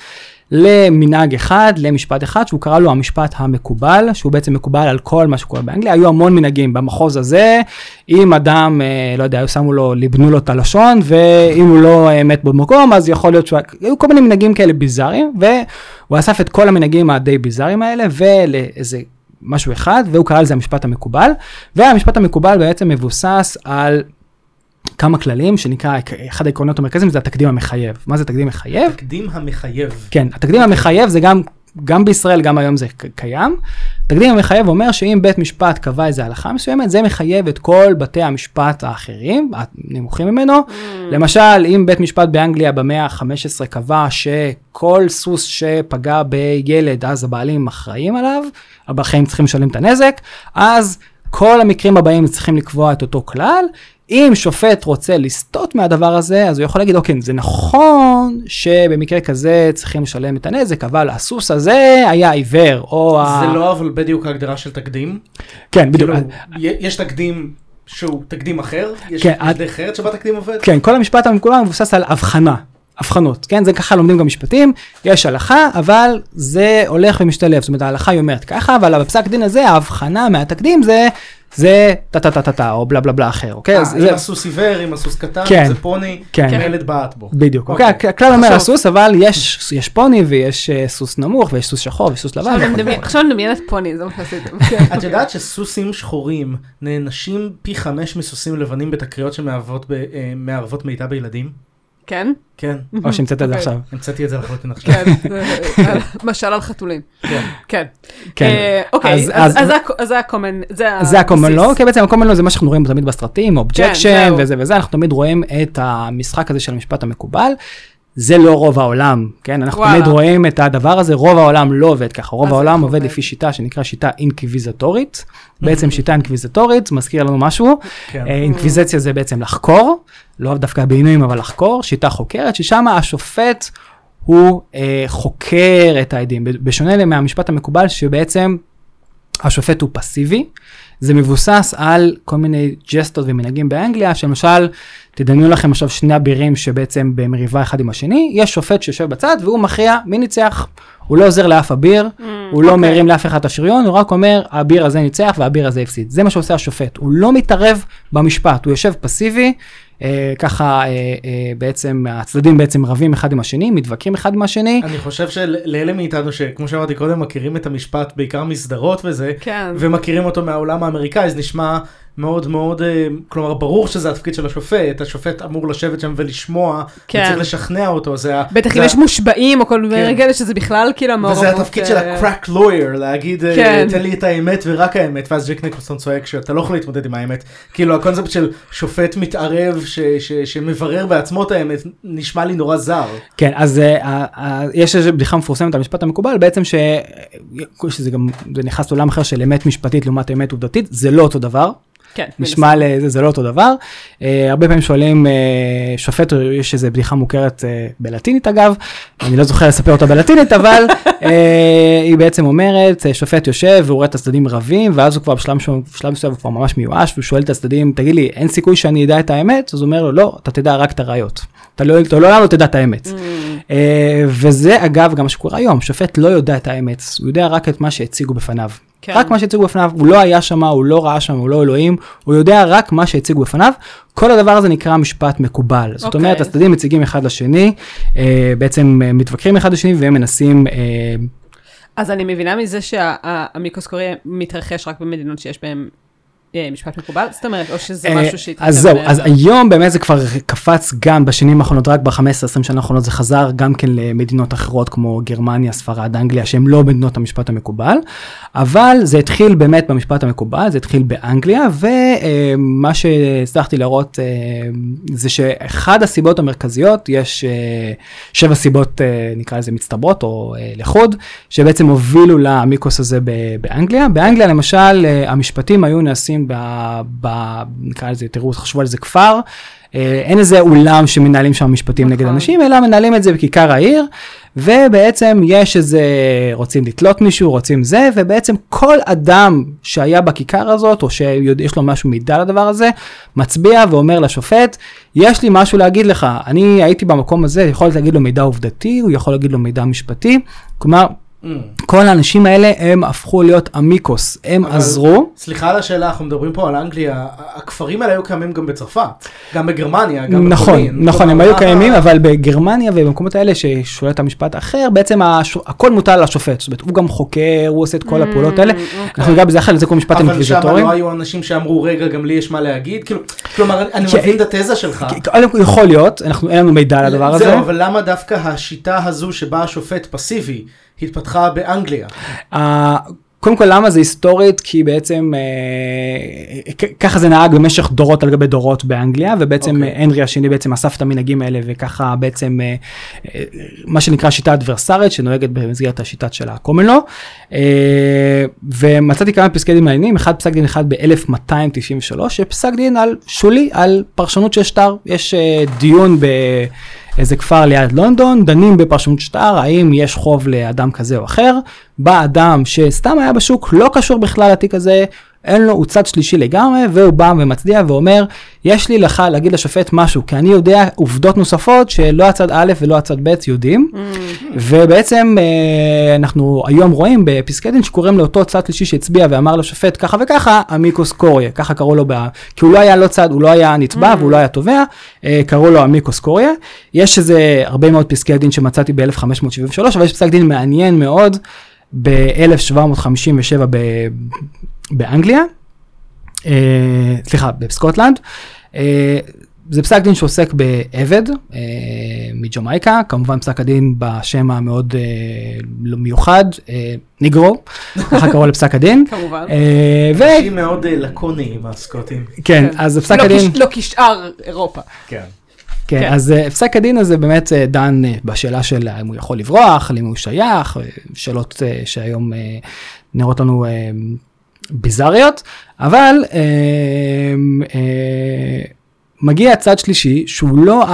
למנהג אחד, למשפט אחד, שהוא קרא לו המשפט המקובל, שהוא בעצם מקובל על כל מה שקורה באנגליה. היו המון מנהגים במחוז הזה, אם אדם, לא יודע, שמו לו, ליבנו לו את הלשון, ואם הוא לא מת במקום, אז יכול להיות היו כל מיני מנהגים כאלה ביזאריים, והוא אסף את כל המנהגים הדי ביזאריים האלה, ולאיזה משהו אחד, והוא קרא לזה המשפט המקובל, והמשפט המקובל בעצם מבוסס על כמה כללים, שנקרא, אחד העקרונות המרכזיים, זה התקדים המחייב. מה זה תקדים מחייב? תקדים המחייב. כן, התקדים המחייב זה גם בישראל, גם היום זה קיים. התקדים המחייב אומר שאם בית משפט קבע איזו הלכה מסוימת, זה מחייב את כל בתי המשפט האחרים, הנמוכים ממנו. למשל, אם בית משפט באנגליה במאה ה-15 קבע שכל סוס שפגע בילד, אז הבעלים אחראים עליו, הבעלים צריכים לשלם את הנזק, אז כל המקרים הבאים צריכים לקבוע את אותו כלל. אם שופט רוצה לסטות מהדבר הזה, אז הוא יכול להגיד, אוקיי, זה נכון שבמקרה כזה צריכים לשלם את הנזק, אבל הסוס הזה היה עיוור, או... זה לא אבל בדיוק ההגדרה של תקדים? כן, בדיוק. יש תקדים שהוא תקדים אחר? יש דרך אחרת שבה תקדים עובד? כן, כל המשפט המקובל מבוסס על הבחנות, כן? זה ככה לומדים גם משפטים, יש הלכה, אבל זה הולך ומשתלב, זאת אומרת, ההלכה היא אומרת ככה, אבל בפסק דין הזה, ההבחנה מהתקדים זה טה-טה-טה-טה, או בלה בלה בלה אחר, אוקיי? אם הסוס עיוור, אם הסוס קטן, זה פוני, מלד בעט בו. בדיוק, אוקיי? הכלל אומר הסוס, אבל יש פוני, ויש סוס נמוך, ויש סוס שחור, ויש סוס לבן. עכשיו נדמיין את פוני, זה מה שעשיתם. את יודעת שסוסים שחורים נענשים פי 5 מסוסים לבנים בתקריות שמערבות מיטה בילדים? כן? כן. או שהמצאת את זה עכשיו. המצאתי את זה לחלוטין עכשיו. כן, משל על חתולים. כן. כן. אוקיי, אז זה הקומן, זה הקומן לא, כי בעצם הקומן לא זה מה שאנחנו רואים תמיד בסרטים, אובג'קשן וזה וזה, אנחנו תמיד רואים את המשחק הזה של המשפט המקובל. זה לא רוב העולם, כן? אנחנו תמיד רואים את הדבר הזה, רוב העולם לא עובד ככה, רוב העולם עובד לפי שיטה שנקרא שיטה אינקוויזטורית, בעצם שיטה אינקוויזטורית, מזכיר לנו משהו, אינקוויזציה זה בעצם לחקור, לא דווקא בעינויים אבל לחקור, שיטה חוקרת, ששם השופט הוא חוקר את העדים, בשונה מהמשפט המקובל שבעצם השופט הוא פסיבי, זה מבוסס על כל מיני ג'סטות ומנהגים באנגליה, שלמשל, תדמיינו לכם עכשיו שני אבירים שבעצם במריבה אחד עם השני, יש שופט שיושב בצד והוא מכריע מי ניצח. הוא לא עוזר לאף אביר, הוא לא מרים לאף אחד את השריון, הוא רק אומר, האביר הזה ניצח והאביר הזה הפסיד. זה מה שעושה השופט. הוא לא מתערב במשפט, הוא יושב פסיבי, ככה בעצם הצדדים בעצם רבים אחד עם השני, מתווכחים אחד עם השני. אני חושב שלאלה מאיתנו שכמו שאמרתי קודם, מכירים את המשפט בעיקר מסדרות וזה, ומכירים אותו מהעולם האמריקאי, זה נשמע מאוד מאוד, כלומר ברור שזה התפקיד של השופט, השופט אמור לשבת שם ולשמוע, וצריך לשכנע אותו, בטח אם יש מושבעים או כל מיני כאלה שזה בכלל כאילו המעורבות. וזה התפקיד של ה-crack lawyer, להגיד תן לי את האמת ורק האמת, ואז ג'ק ניקולסון צועק שאתה לא יכול להתמודד עם האמת, כאילו הקונספט של שופט מתערב שמברר בעצמו את האמת, נשמע לי נורא זר. כן, אז יש איזו בדיחה מפורסמת על המשפט המקובל, בעצם שזה גם, זה נכנס לעולם אחר של אמת משפטית לעומת אמת עובדתית, זה לא אותו דבר. כן, נשמע לזה, זה לא אותו דבר. הרבה פעמים שואלים, שופט, יש איזו בדיחה מוכרת בלטינית אגב, אני לא זוכר לספר אותה בלטינית, אבל היא בעצם אומרת, שופט יושב והוא רואה את הצדדים רבים, ואז הוא כבר בשלב מסוים הוא כבר ממש מיואש, והוא שואל את הצדדים, תגיד לי, אין סיכוי שאני אדע את האמת? אז הוא אומר לו, לא, אתה תדע רק את הראיות. אתה לא תדע את האמת. וזה אגב גם מה שקורה היום, שופט לא יודע את האמת, הוא יודע רק את מה שהציגו בפניו. רק מה שהציגו בפניו, הוא לא היה שם, הוא לא ראה שם, הוא לא אלוהים, הוא יודע רק מה שהציגו בפניו, כל הדבר הזה נקרא משפט מקובל. זאת אומרת, הצדדים מציגים אחד לשני, בעצם מתווכחים אחד לשני, והם מנסים... אז אני מבינה מזה שהמיקוס קוריאה מתרחש רק במדינות שיש בהם משפט מקובל, זאת אומרת, או שזה משהו שהתקדם... אז זהו, אז היום באמת זה כבר קפץ גם בשנים האחרונות, רק ב-15-20 שנה האחרונות זה חזר גם כן למדינות אחרות כמו גרמניה, ספרד, אנגליה, שהן לא מדינות המשפט המקובל, אבל זה התחיל באמת במשפט המקובל, זה התחיל באנגליה, ומה שהצלחתי להראות זה שאחד הסיבות המרכזיות, יש 7 סיבות, נקרא לזה מצטברות או לחוד, שבעצם הובילו למיקוס הזה באנגליה. באנגליה למשל, המשפטים היו נעשים נקרא לזה, תראו, חשבו על זה כפר, אין איזה אולם שמנהלים שם משפטים נגד אנשים, אלא מנהלים את זה בכיכר העיר, ובעצם יש איזה, רוצים לתלות מישהו, רוצים זה, ובעצם כל אדם שהיה בכיכר הזאת, או שיש לו משהו מידע לדבר הזה, מצביע ואומר לשופט, יש לי משהו להגיד לך, אני הייתי במקום הזה, יכול להגיד לו מידע עובדתי, הוא יכול להגיד לו מידע משפטי, כלומר, כל האנשים האלה הם הפכו להיות אמיקוס, הם עזרו. סליחה על השאלה, אנחנו מדברים פה על אנגליה, הכפרים האלה היו קיימים גם בצרפת, גם בגרמניה, גם בפולין. נכון, הם היו קיימים, אבל בגרמניה ובמקומות האלה ששולט המשפט האחר, בעצם הכל מוטל על השופט, זאת אומרת, הוא גם חוקר, הוא עושה את כל הפעולות האלה, אנחנו גם בזה אחר, זה כל משפט אינקוויזיטורי. אבל שם לא היו אנשים שאמרו, רגע, גם לי יש מה להגיד, כלומר, אני מבין את התזה שלך. יכול להיות, אין לנו מידע על הדבר הזה. זהו, אבל למה דווקא השיטה הזו שבה השופט פסיבי התפתחה באנגליה? קודם כל, למה זה היסטורית? כי בעצם ככה זה נהג במשך דורות על גבי דורות באנגליה, ובעצם הנרי השני בעצם אסף את המנהגים האלה, וככה בעצם מה שנקרא שיטה אדברסרית, שנוהגת במסגרת השיטת של הקומנלו, ומצאתי כמה פסקי דין מעניינים, פסק דין אחד ב-1293, שפסק דין על שולי, על פרשנות של שטר, יש דיון איזה כפר ליד לונדון, דנים בפרשנות שטר, האם יש חוב לאדם כזה או אחר, בא אדם שסתם היה בשוק, לא קשור בכלל לתיק הזה, אין לו, הוא צד שלישי לגמרי, והוא בא ומצדיע ואומר, יש לי לך להגיד לשופט משהו, כי אני יודע עובדות נוספות שלא הצד א' ולא הצד ב' יודעים, ובעצם אנחנו היום רואים בפסקי דין שקוראים לאותו צד שלישי שהצביע ואמר לשופט ככה וככה, אמיקוס קוריה, ככה קראו לו, כי הוא לא היה לא צד, הוא לא היה נתבע והוא לא היה תובע, קראו לו אמיקוס קוריה. יש איזה הרבה מאוד פסקי דין שמצאתי ב-1573, אבל יש פסק דין מעניין מאוד ב-1757 באנגליה, סליחה, בסקוטלנד, זה פסק דין שעוסק בעבד מג'מייקה, כמובן פסק הדין בשם המאוד מיוחד, ניגרו, ככה קראו לפסק הדין. כמובן. אנשים מאוד לקוניים הסקוטים. כן, אז פסק הדין... לא כשאר אירופה. כן. כן, אז פסק הדין הזה באמת דן בשאלה של אם הוא יכול לברוח, אם הוא שייך, שאלות שהיום נראות לנו ביזריות, אבל מגיע צד שלישי שהוא לא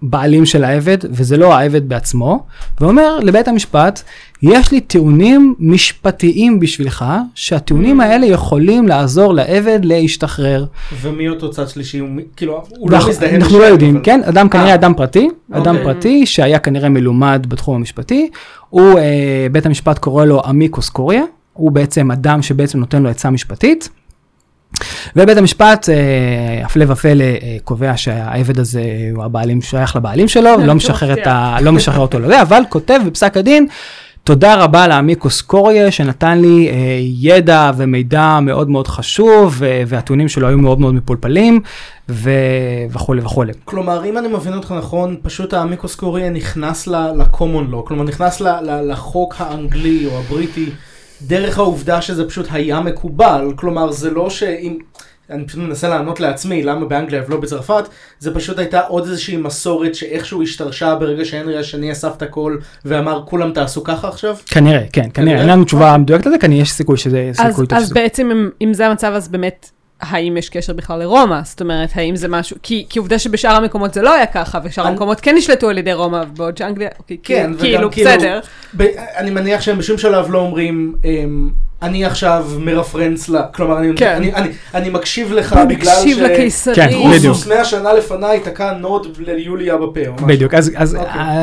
הבעלים של העבד, וזה לא העבד בעצמו, ואומר לבית המשפט, יש לי טיעונים משפטיים בשבילך, שהטיעונים האלה יכולים לעזור לעבד להשתחרר. ומי אותו צד שלישי? כאילו, הוא לא מזדהה. אנחנו לא יודעים, כן? אדם כנראה אדם פרטי, אדם פרטי שהיה כנראה מלומד בתחום המשפטי, הוא, בית המשפט קורא לו אמיקוס קוריה, הוא בעצם אדם שבעצם נותן לו עצה משפטית, ובית המשפט, הפלא ופלא, קובע שהעבד הזה הוא הבעלים, שייך לבעלים שלו, לא משחרר אותו לזה, אבל כותב בפסק הדין, תודה רבה לאמיקוס קוריה, שנתן לי ידע ומידע מאוד מאוד חשוב, והטיעונים שלו היו מאוד מאוד מפולפלים, וכו' וכו'. כלומר, אם אני מבין אותך נכון, פשוט האמיקוס קוריה נכנס לקומון לו, כלומר, נכנס לחוק האנגלי או הבריטי, דרך העובדה שזה פשוט היה מקובל, כלומר זה לא שאם, אני פשוט מנסה לענות לעצמי למה באנגליה ולא בצרפת, זה פשוט הייתה עוד איזושהי מסורת שאיכשהו השתרשה ברגע שהנרי השני אסף את הכל ואמר כולם תעשו ככה עכשיו? כנראה, כן, כנראה, אין לנו תשובה מדויקת לזה, כנראה יש סיכוי שזה סיכוי. אז בעצם אם זה המצב אז באמת, האם יש קשר בכלל לרומא? זאת אומרת, האם זה משהו, כי עובדה שבשאר המקומות זה לא היה ככה, ושאר המקומות כן נשלטו על ידי רומא, בעוד שאנגליה, כן, כאילו, בסדר. אני מניח שהם בשום שלב לא אומרים, אני עכשיו מרפרנס לה, כלומר, אני מקשיב לך בגלל ש... מקשיב לקיסרי. כן, רוסוס 100 שנה לפניי תקע נוד ליוליה בפה. בדיוק, אז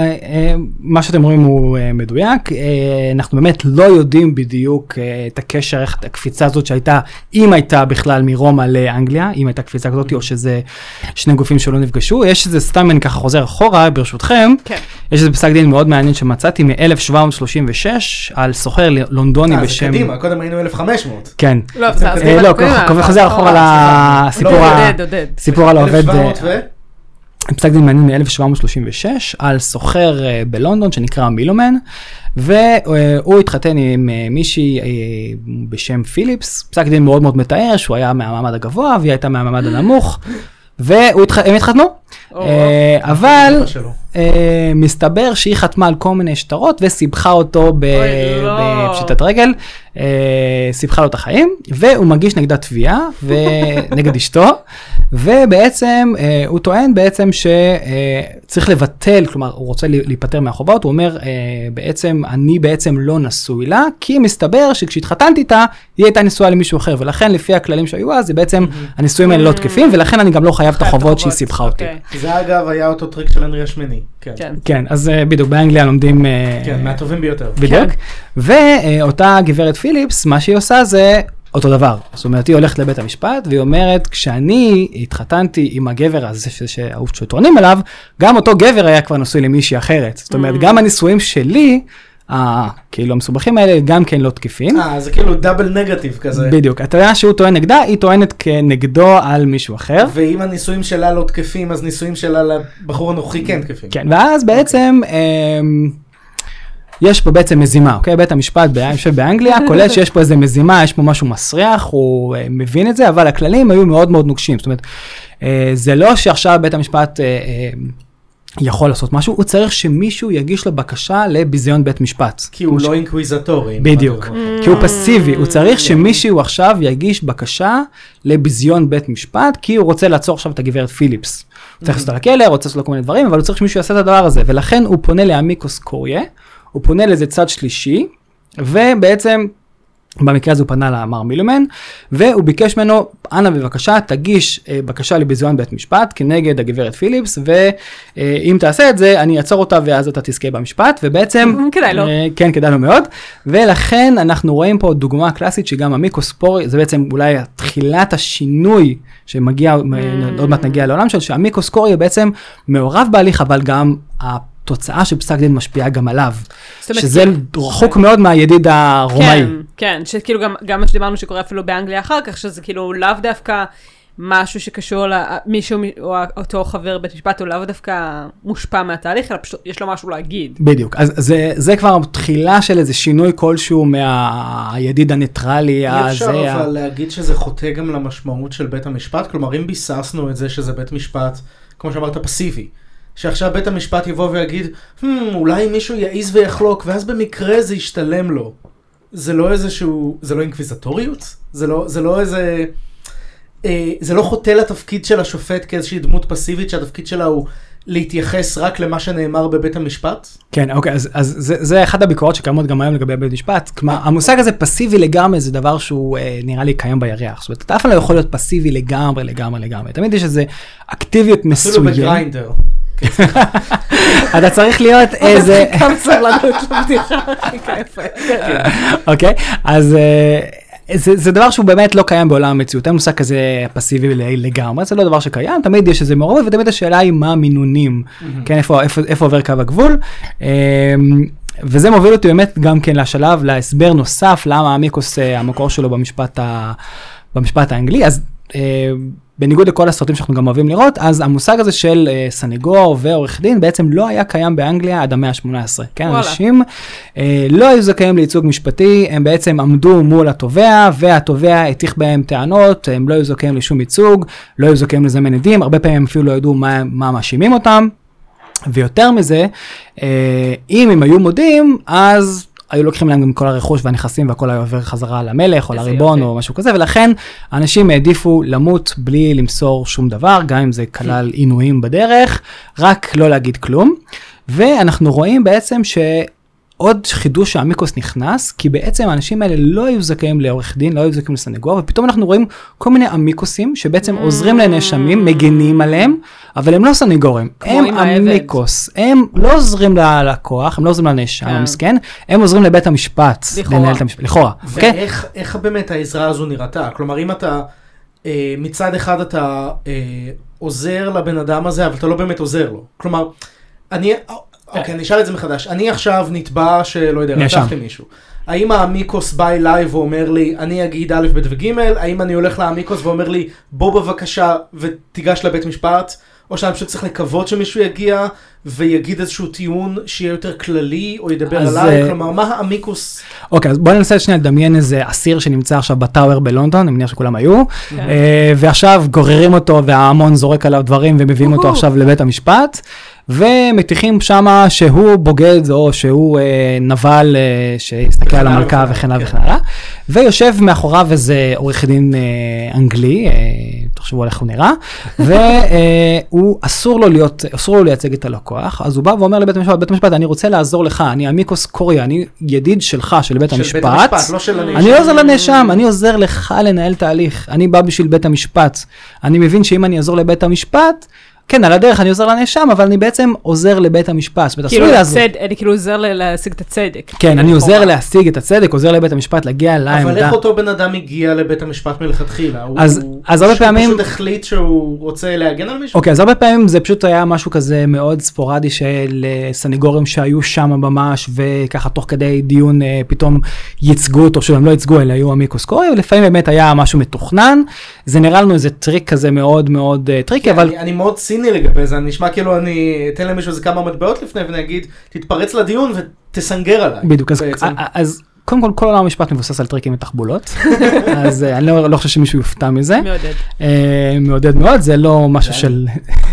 מה שאתם רואים הוא מדויק, אנחנו באמת לא יודעים בדיוק את הקשר, איך הקפיצה הזאת שהייתה, אם הייתה בכלל מרומא לאנגליה, אם הייתה קפיצה כזאת, או שזה שני גופים שלא נפגשו, יש איזה סתם, אני ככה חוזר אחורה, ברשותכם, יש איזה פסק דין מאוד מעניין שמצאתי מ-1736, על סוחר לונדוני בשם... זה קדימה, קודם היינו 1500. כן. לא, חוזר אחורה לסיפור על העובד. 1700 פסק דין מעניין מ-1736 על סוחר בלונדון שנקרא מילומן, והוא התחתן עם מישהי בשם פיליפס, פסק דין מאוד מאוד מתאר שהוא היה מהמעמד הגבוה והיא הייתה מהמעמד הנמוך, והם התחתנו, אבל מסתבר שהיא חתמה על כל מיני שטרות וסיבכה אותו בפשיטת רגל, סיבכה לו את החיים, והוא מגיש נגדה תביעה נגד אשתו, ובעצם הוא טוען בעצם שצריך לבטל, כלומר הוא רוצה להיפטר מהחובות, הוא אומר בעצם אני בעצם לא נשוי לה, כי מסתבר שכשהתחתנתי איתה, היא הייתה נשואה למישהו אחר, ולכן לפי הכללים שהיו אז, זה בעצם הנישואים האלה לא תקפים, ולכן אני גם לא חייב את החובות שהיא סיבכה אותי. זה אגב היה אותו טריק של הנרי השמיני. כן, אז בדיוק באנגליה לומדים... כן, מהטובים ביותר. בדיוק. ואותה גברת פיליפס, מה שהיא עושה זה אותו דבר. זאת אומרת, היא הולכת לבית המשפט, והיא אומרת, כשאני התחתנתי עם הגבר הזה שטוענים עליו, גם אותו גבר היה כבר נשוי למישהי אחרת. זאת אומרת, גם הנישואים שלי, כאילו המסובכים האלה גם כן לא תקפים. זה כאילו דאבל נגטיב כזה. בדיוק. אתה יודע שהוא טוען נגדה, היא טוענת כנגדו על מישהו אחר. ואם הנישואים שלה לא תקפים, אז נישואים שלה לבחור הנוכחי כן תקפים. כן, ואז בעצם... יש פה בעצם מזימה, אוקיי? בית המשפט באנגליה, כולל שיש פה איזה מזימה, יש פה משהו מסריח, הוא מבין את זה, אבל הכללים היו מאוד מאוד נוקשים. זאת אומרת, זה לא שעכשיו בית המשפט יכול לעשות משהו, הוא צריך שמישהו יגיש לו בקשה לביזיון בית משפט. כי הוא לא אינקוויזטורי. בדיוק, כי הוא פסיבי, הוא צריך שמישהו עכשיו יגיש בקשה לביזיון בית משפט, כי הוא רוצה לעצור עכשיו את הגברת פיליפס. הוא צריך לעשות על הכלא, רוצה לעשות לו כל מיני דברים, אבל הוא צריך שמישהו יעשה את הדבר הזה, ולכן הוא פונה לאמיקוס קוריה, הוא פונה לאיזה צד שלישי, ובעצם במקרה הזה הוא פנה למר מילומן, והוא ביקש ממנו, אנא בבקשה, תגיש בקשה לביזיון בית משפט, כנגד הגברת פיליפס, ואם תעשה את זה, אני אעצור אותה, ואז אתה תזכה במשפט, ובעצם... כדאי לו. כן, כדאי לו מאוד, ולכן אנחנו רואים פה דוגמה קלאסית, שגם אמיקוס קוריה, זה בעצם אולי תחילת השינוי, שמגיע, עוד מעט נגיע לעולם של, שאמיקוס קוריה בעצם מעורב בהליך, אבל גם תוצאה שפסק דין משפיעה גם עליו, שזה רחוק מאוד מהידיד הרומאי. כן, שכאילו גם מה שדיברנו שקורה אפילו באנגליה אחר כך, שזה כאילו לאו דווקא משהו שקשור למישהו או אותו חבר בית משפט, הוא לאו דווקא מושפע מהתהליך, אלא פשוט יש לו משהו להגיד. בדיוק, אז זה כבר תחילה של איזה שינוי כלשהו מהידיד הניטרלי. אי אפשר אבל להגיד שזה חוטא גם למשמעות של בית המשפט, כלומר אם ביססנו את זה שזה בית משפט, כמו שאמרת, פסיבי, שעכשיו בית המשפט יבוא ויגיד, אולי מישהו יעיז ויחלוק, ואז במקרה זה ישתלם לו. זה לא איזשהו, זה לא אינקוויזטוריות? זה לא איזה, זה לא חוטא לתפקיד של השופט כאיזושהי דמות פסיבית, שהתפקיד שלה הוא להתייחס רק למה שנאמר בבית המשפט? כן, אוקיי, אז זה אחד הביקורות שקיימות גם היום לגבי בית משפט. כלומר, המושג הזה פסיבי לגמרי זה דבר שהוא נראה לי קיים בירח. זאת אומרת, אתה אף פעם לא יכול להיות פסיבי לגמרי. תמיד יש איזה אקטיביות מסוים. אפילו בגריינדר. אתה צריך להיות איזה... כמה סבלנות לבדיחה, הכי כיפה. אוקיי, אז... זה דבר שהוא באמת לא קיים בעולם המציאות, אין מושג כזה פסיבי לגמרי, זה לא דבר שקיים, תמיד יש איזה מעורבות, ותמיד השאלה היא מה המינונים, כן, איפה עובר קו הגבול, וזה מוביל אותי באמת גם כן לשלב, להסבר נוסף, למה המיקוס המקור שלו במשפט האנגלי, אז בניגוד לכל הסרטים שאנחנו גם אוהבים לראות, אז המושג הזה של סנגור ועורך דין בעצם לא היה קיים באנגליה עד המאה ה-18. כן, אנשים לא היו זכאים לייצוג משפטי, הם בעצם עמדו מול התובע, והתובע הטיח בהם טענות, הם לא היו זכאים לשום ייצוג, לא היו זכאים לזמן עדים, הרבה פעמים אפילו לא ידעו מה מאשימים אותם, ויותר מזה, אם הם היו מודים, אז... היו לוקחים להם גם כל הרכוש והנכסים והכל היה עובר חזרה למלך או לריבון או משהו כזה, ולכן אנשים העדיפו למות בלי למסור שום דבר, גם אם זה כלל עינויים בדרך, רק לא להגיד כלום. ואנחנו רואים בעצם שעוד חידוש שהמיקוס נכנס, כי בעצם האנשים האלה לא היו זכאים לעורך דין, לא היו זכאים לסנגור, ופתאום אנחנו רואים כל מיני המיקוסים שבעצם עוזרים לנאשמים, מגנים עליהם, אבל הם לא סנגורים, הם המיקוס, הם לא עוזרים ללקוח, הם לא עוזרים לנאשם, המסכן, הם עוזרים לבית המשפט, לנהל את המשפט, לכאורה. ואיך באמת העזרה הזו נראתה? כלומר, אם אתה, מצד אחד אתה עוזר לבן אדם הזה, אבל אתה לא באמת עוזר לו. כלומר, אני אשאל את זה מחדש, אני עכשיו נתבע שלא יודע, רצחתי מישהו. האם המיקוס בא אליי ואומר לי, אני אגיד א' ב' וג', האם אני הולך למיקוס ואומר לי, בוא בבקשה ותיגש לבית משפט, או שאני פשוט צריך לקוות שמישהו יגיע ויגיד איזשהו טיעון שיהיה יותר כללי, או ידבר עליי, כלומר, מה המיקוס? אוקיי, אז בוא ננסה שנייה לדמיין איזה אסיר שנמצא עכשיו בטאוור בלונדון, אני מניח שכולם היו, ועכשיו גוררים אותו וההמון זורק עליו דברים ומביאים אותו עכשיו לבית המשפט, ומתיחים שמה שהוא בוגד או שהוא נבל שהסתכל על המלכה וכן הלאה וכן הלאה, ויושב מאחוריו איזה עורך דין אנגלי, תחשבו על איך הוא נראה, והוא אסור לו לייצג את הלקוח, אז הוא בא ואומר לבית המשפט, בית המשפט, אני רוצה לעזור לך, אני המיקוס קוריה, אני ידיד שלך, של בית המשפט, אני לא עוזר לנאשם, אני עוזר לך לנהל תהליך, אני בא בשביל בית המשפט, אני מבין שאם אני אעזור לבית המשפט, כן, על הדרך אני עוזר לנאשם, אבל אני בעצם עוזר לבית המשפט. אני כאילו עוזר להשיג את הצדק. כן, אני עוזר להשיג את הצדק, עוזר לבית המשפט להגיע לעמדה. אבל איך אותו בן אדם הגיע לבית המשפט מלכתחילה? אז הרבה פעמים... הוא פשוט החליט שהוא רוצה להגן על מישהו? אוקיי, אז הרבה פעמים זה פשוט היה משהו כזה מאוד ספורדי של סניגורים שהיו שם ממש, וככה תוך כדי דיון פתאום ייצגו אותו, שהם לא ייצגו, אלא היו המיקוס קורי, ולפעמים באמת היה משהו מתוכנן. זה נראה לנו איזה טריק כזה מאוד מאוד טריקי, אבל... אני מאוד ציני לגבי זה, אני נשמע כאילו אני אתן למישהו איזה כמה מטבעות לפני ואני אגיד, תתפרץ לדיון ותסנגר עליי. בדיוק, אז קודם כל עולם המשפט מבוסס על טריקים ותחבולות, אז אני לא חושב שמישהו יופתע מזה. מעודד מאוד, זה לא משהו של...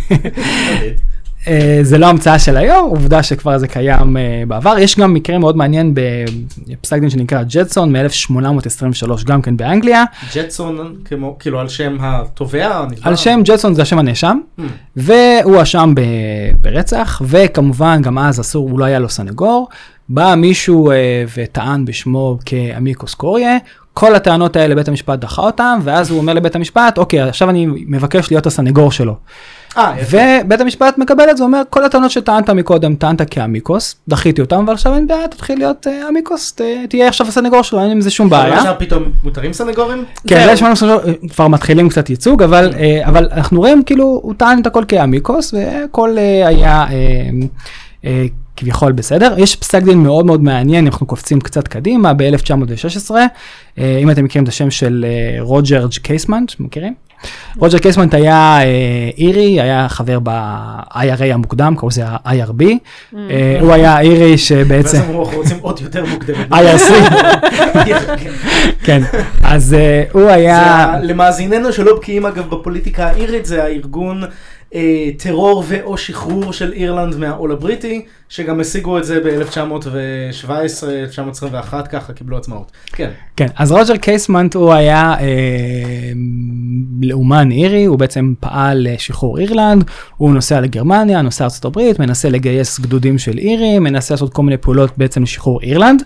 זה לא המצאה של היום, עובדה שכבר זה קיים בעבר. יש גם מקרה מאוד מעניין בפסק דין שנקרא ג'טסון מ-1823, גם כן באנגליה. ג'טסון כאילו על שם התובע? על שם ג'טסון זה השם הנאשם, והוא אשם ברצח, וכמובן גם אז אסור, הוא לא היה לו סנגור. בא מישהו וטען בשמו כאמיקוס קוריה, כל הטענות האלה בית המשפט דחה אותם, ואז הוא אומר לבית המשפט, אוקיי, עכשיו אני מבקש להיות הסנגור שלו. ובית המשפט מקבל את זה, אומר, כל הטענות שטענת מקודם, טענת כאמיקוס, דחיתי אותם, אבל עכשיו אין בעיה, תתחיל להיות אמיקוס, תהיה עכשיו הסנגור שלו, אין עם זה שום בעיה. עכשיו פתאום מותרים סנגורים? כן, כבר מתחילים קצת ייצוג, אבל אנחנו רואים כאילו, הוא טען את הכל כאמיקוס, והכל היה כביכול בסדר. יש פסק דין מאוד מאוד מעניין, אנחנו קופצים קצת קדימה, ב-1916, אם אתם מכירים את השם של רוג'ר קייסמנט, מכירים? רוג'ר קייסמנט היה אירי, היה חבר ב-IRA המוקדם, קראו זה ה-IRB, הוא היה אירי שבעצם... ואז אנחנו רוצים עוד יותר מוקדמת. IRC. כן, אז הוא היה... למאזיננו שלא בקיאים אגב בפוליטיקה האירית, זה הארגון טרור ואו שחרור של אירלנד מהעול הבריטי, שגם השיגו את זה ב-1917, 1921, ככה קיבלו עצמאות. כן. כן, אז רוג'ר קייסמנט הוא היה לאומן אירי, הוא בעצם פעל לשחרור אירלנד, הוא נוסע לגרמניה, נוסע ארצות הברית, מנסה לגייס גדודים של אירי, מנסה לעשות כל מיני פעולות בעצם לשחרור אירלנד,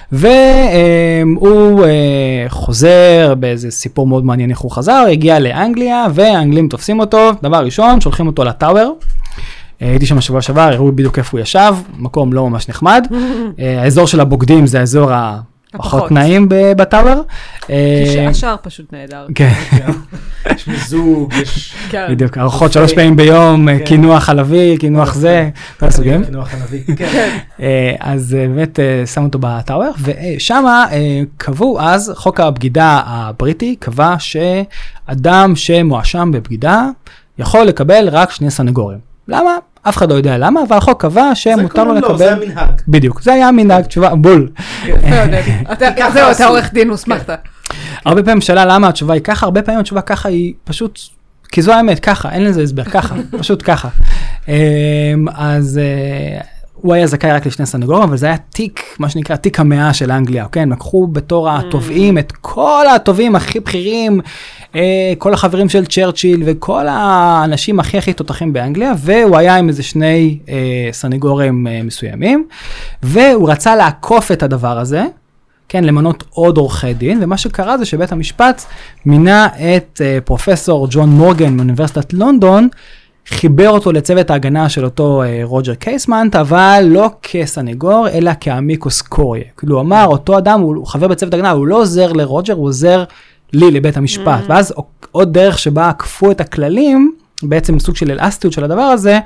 והוא חוזר באיזה סיפור מאוד מעניין איך הוא חזר, הגיע לאנגליה, והאנגלים תופסים אותו, דבר ראשון, שולחים אותו לטאוור, הייתי שם השבוע שעבר, הראו בדיוק איפה הוא ישב, מקום לא ממש נחמד, האזור של הבוגדים זה האזור הפחות נעים בטאוור. כי השאר פשוט נהדר. כן. יש מיזוג, יש... בדיוק, ארוחות 3 פעמים ביום, קינוח חלבי, קינוח זה, כל הסוגים. קינוח חלבי, כן. אז באמת שמו אותו בטאוור, ושם קבעו אז, חוק הבגידה הבריטי קבע שאדם שמואשם בבגידה יכול לקבל רק 2 סנגורים. למה? אף אחד לא יודע למה, אבל החוק קבע שמותר לו לקבל... זה המנהג. בדיוק, זה היה המנהג, תשובה, בול. זהו, אתה עורך דין, הוסמכת. הרבה פעמים שאלה למה התשובה היא ככה, הרבה פעמים התשובה ככה היא פשוט, כי זו האמת, ככה, אין לזה הסבר, ככה, פשוט ככה. אז הוא היה זכאי רק ל2 סנגורים, אבל זה היה תיק, מה שנקרא, תיק המאה של אנגליה, כן? לקחו בתור התובעים את כל התובעים הכי בכירים, כל החברים של צ'רצ'יל וכל האנשים הכי תותחים באנגליה, והוא היה עם איזה 2 סנגורים מסוימים, והוא רצה לעקוף את הדבר הזה, כן, למנות עוד עורכי דין, ומה שקרה זה שבית המשפט מינה את פרופסור ג'ון מורגן מאוניברסיטת לונדון, חיבר אותו לצוות ההגנה של אותו רוג'ר קייסמנט, אבל לא כסנגור, אלא כאמיקוס קוריה. כאילו הוא אמר, אותו אדם, הוא חבר בצוות ההגנה, הוא לא עוזר לרוג'ר, הוא עוזר לי, לבית המשפט. ואז עוד דרך שבה עקפו את הכללים, בעצם סוג של אלסטיות של הדבר הזה,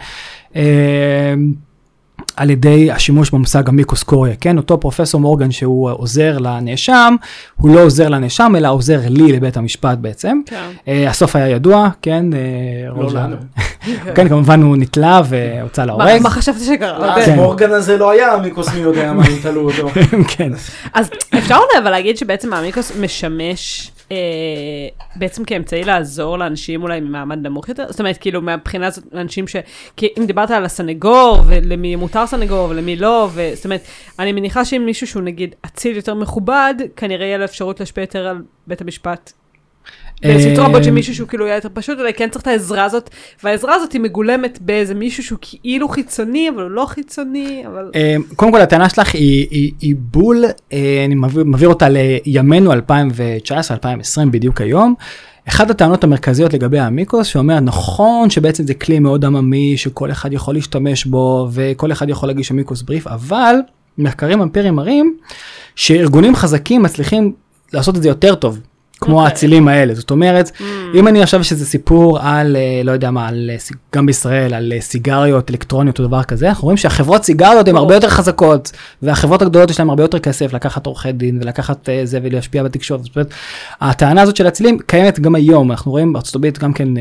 על ידי השימוש במושג אמיקוס קוריה, כן? אותו פרופסור מורגן שהוא עוזר לנאשם, הוא לא עוזר לנאשם, אלא עוזר לי לבית המשפט בעצם. הסוף היה ידוע, כן? לא לנו. כן, כמובן הוא נתלה והוצא להורג. מה חשבת שקרה? מורגן הזה לא היה אמיקוס מי יודע מה, אם תלו אותו. כן. אז אפשר אולי אבל להגיד שבעצם האמיקוס משמש בעצם כאמצעי לעזור לאנשים אולי ממעמד נמוך יותר, זאת אומרת כאילו מהבחינה הזאת לאנשים כי אם דיברת על הסנגור ולמי מותר סנגור ולמי לא, זאת אומרת אני מניחה שאם מישהו שהוא נגיד אציל יותר מכובד, כנראה יהיה לו אפשרות להשפיע יותר על בית המשפט. בסרטון רבות שמישהו שהוא כאילו יהיה יותר פשוט, אולי כן צריך את העזרה הזאת, והעזרה הזאת היא מגולמת באיזה מישהו שהוא כאילו חיצוני, אבל הוא לא חיצוני, אבל... קודם כל, הטענה שלך היא בול, אני מעביר אותה לימינו 2019-2020 בדיוק היום. אחת הטענות המרכזיות לגבי האמיקוס, שאומר, נכון שבעצם זה כלי מאוד עממי, שכל אחד יכול להשתמש בו, וכל אחד יכול להגיש אמיקוס בריף, אבל מחקרים אמפיריים מראים, שארגונים חזקים מצליחים לעשות את זה יותר טוב. כמו האצילים האלה, זאת אומרת, אם אני עכשיו שזה סיפור על, לא יודע מה, גם בישראל, על סיגריות אלקטרוניות או דבר כזה, אנחנו רואים שהחברות סיגריות הן הרבה יותר חזקות, והחברות הגדולות יש להן הרבה יותר כסף לקחת עורכי דין ולקחת זה ולהשפיע בתקשורת. זאת אומרת, הטענה הזאת של האצילים קיימת גם היום, אנחנו רואים בארצות הברית גם כן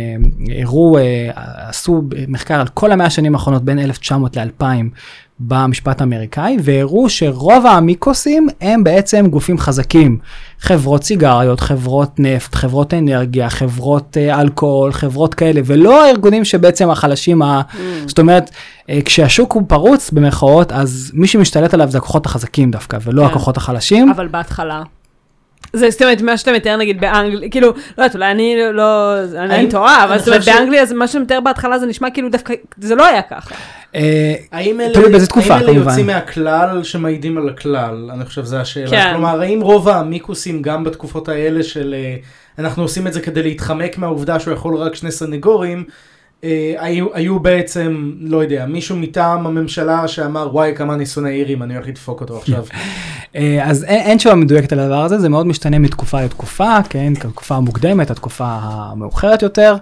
עשו מחקר על כל 100 השנים האחרונות בין 1900 ל-2000, במשפט האמריקאי, והראו שרוב האמיקוסים הם בעצם גופים חזקים. חברות סיגריות, חברות נפט, חברות אנרגיה, חברות אלכוהול, חברות כאלה, ולא הארגונים שבעצם החלשים, זאת אומרת, כשהשוק הוא פרוץ במרכאות, אז מי שמשתלט עליו זה הכוחות החזקים דווקא, ולא הכוחות החלשים. אבל בהתחלה. זה זאת אומרת, מה שאתה מתאר נגיד באנגליה, כאילו, לא יודעת, אולי אני טועה, אבל זאת אומרת, באנגליה, מה שאתה מתאר בהתחלה זה נשמע כאילו דווקא, זה לא היה ככה. האם אלה יוצאים מהכלל שמעידים על הכלל? אני חושב שזו השאלה. כלומר, האם רוב האמיקוסים גם בתקופות האלה של, אנחנו עושים את זה כדי להתחמק מהעובדה שהוא יכול רק 2 סנגורים, היו בעצם, לא יודע, מישהו מטעם הממשלה שאמר, וואי, כמה אני שונא אירים, אני הולך לדפוק אותו עכשיו. אז אין תשובה מדויקת על הדבר הזה, זה מאוד משתנה מתקופה לתקופה, כן, התקופה המוקדמת, התקופה המאוחרת יותר.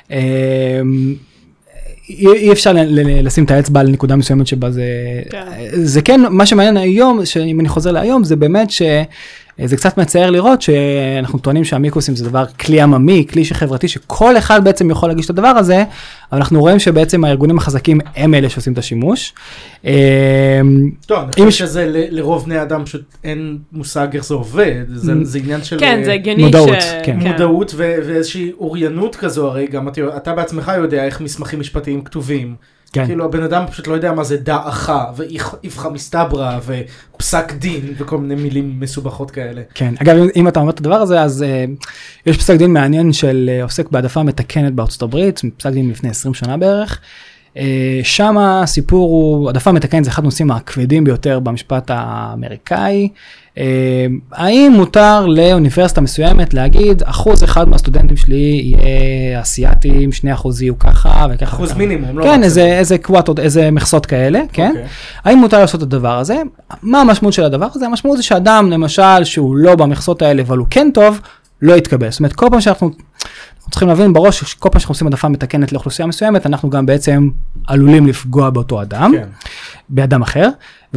אי אפשר לשים את האצבע על נקודה מסוימת שבה זה כן, מה שמעניין היום, אם אני חוזר להיום, זה באמת זה קצת מצער לראות שאנחנו טוענים שהמיקוסים זה דבר כלי עממי, כלי חברתי, שכל אחד בעצם יכול להגיש את הדבר הזה, אבל אנחנו רואים שבעצם הארגונים החזקים הם אלה שעושים את השימוש. טוב, אני חושב שזה לרוב בני אדם שאין מושג איך זה עובד, זה עניין של מודעות ואיזושהי אוריינות כזו, הרי גם אתה בעצמך יודע איך מסמכים משפטיים כתובים. כן. כאילו הבן אדם פשוט לא יודע מה זה דעכה, ואיפכה מסתברה, ופסק דין, וכל מיני מילים מסובכות כאלה. כן, אגב, אם אתה אומר את הדבר הזה, אז יש פסק דין מעניין של עוסק בהעדפה מתקנת בארצות הברית, פסק דין לפני 20 שנה בערך. שם הסיפור הוא, העדפה מתקנת זה אחד הנושאים הכבדים ביותר במשפט האמריקאי. האם מותר לאוניברסיטה מסוימת להגיד, 1% מהסטודנטים שלי יהיה אסיאטים, 2% יהיו ככה וככה. אחוז מינימום, לא? כן, איזה קווטות, איזה מכסות כאלה, כן? האם מותר לעשות את הדבר הזה? מה המשמעות של הדבר הזה? המשמעות זה שאדם, למשל, שהוא לא במכסות האלה, אבל הוא כן טוב, לא יתקבל. זאת אומרת, כל פעם שאנחנו צריכים להבין בראש, כל פעם שאנחנו עושים העדפה מתקנת לאוכלוסייה מסוימת, אנחנו גם בעצם עלולים לפגוע באותו אדם, באדם אחר,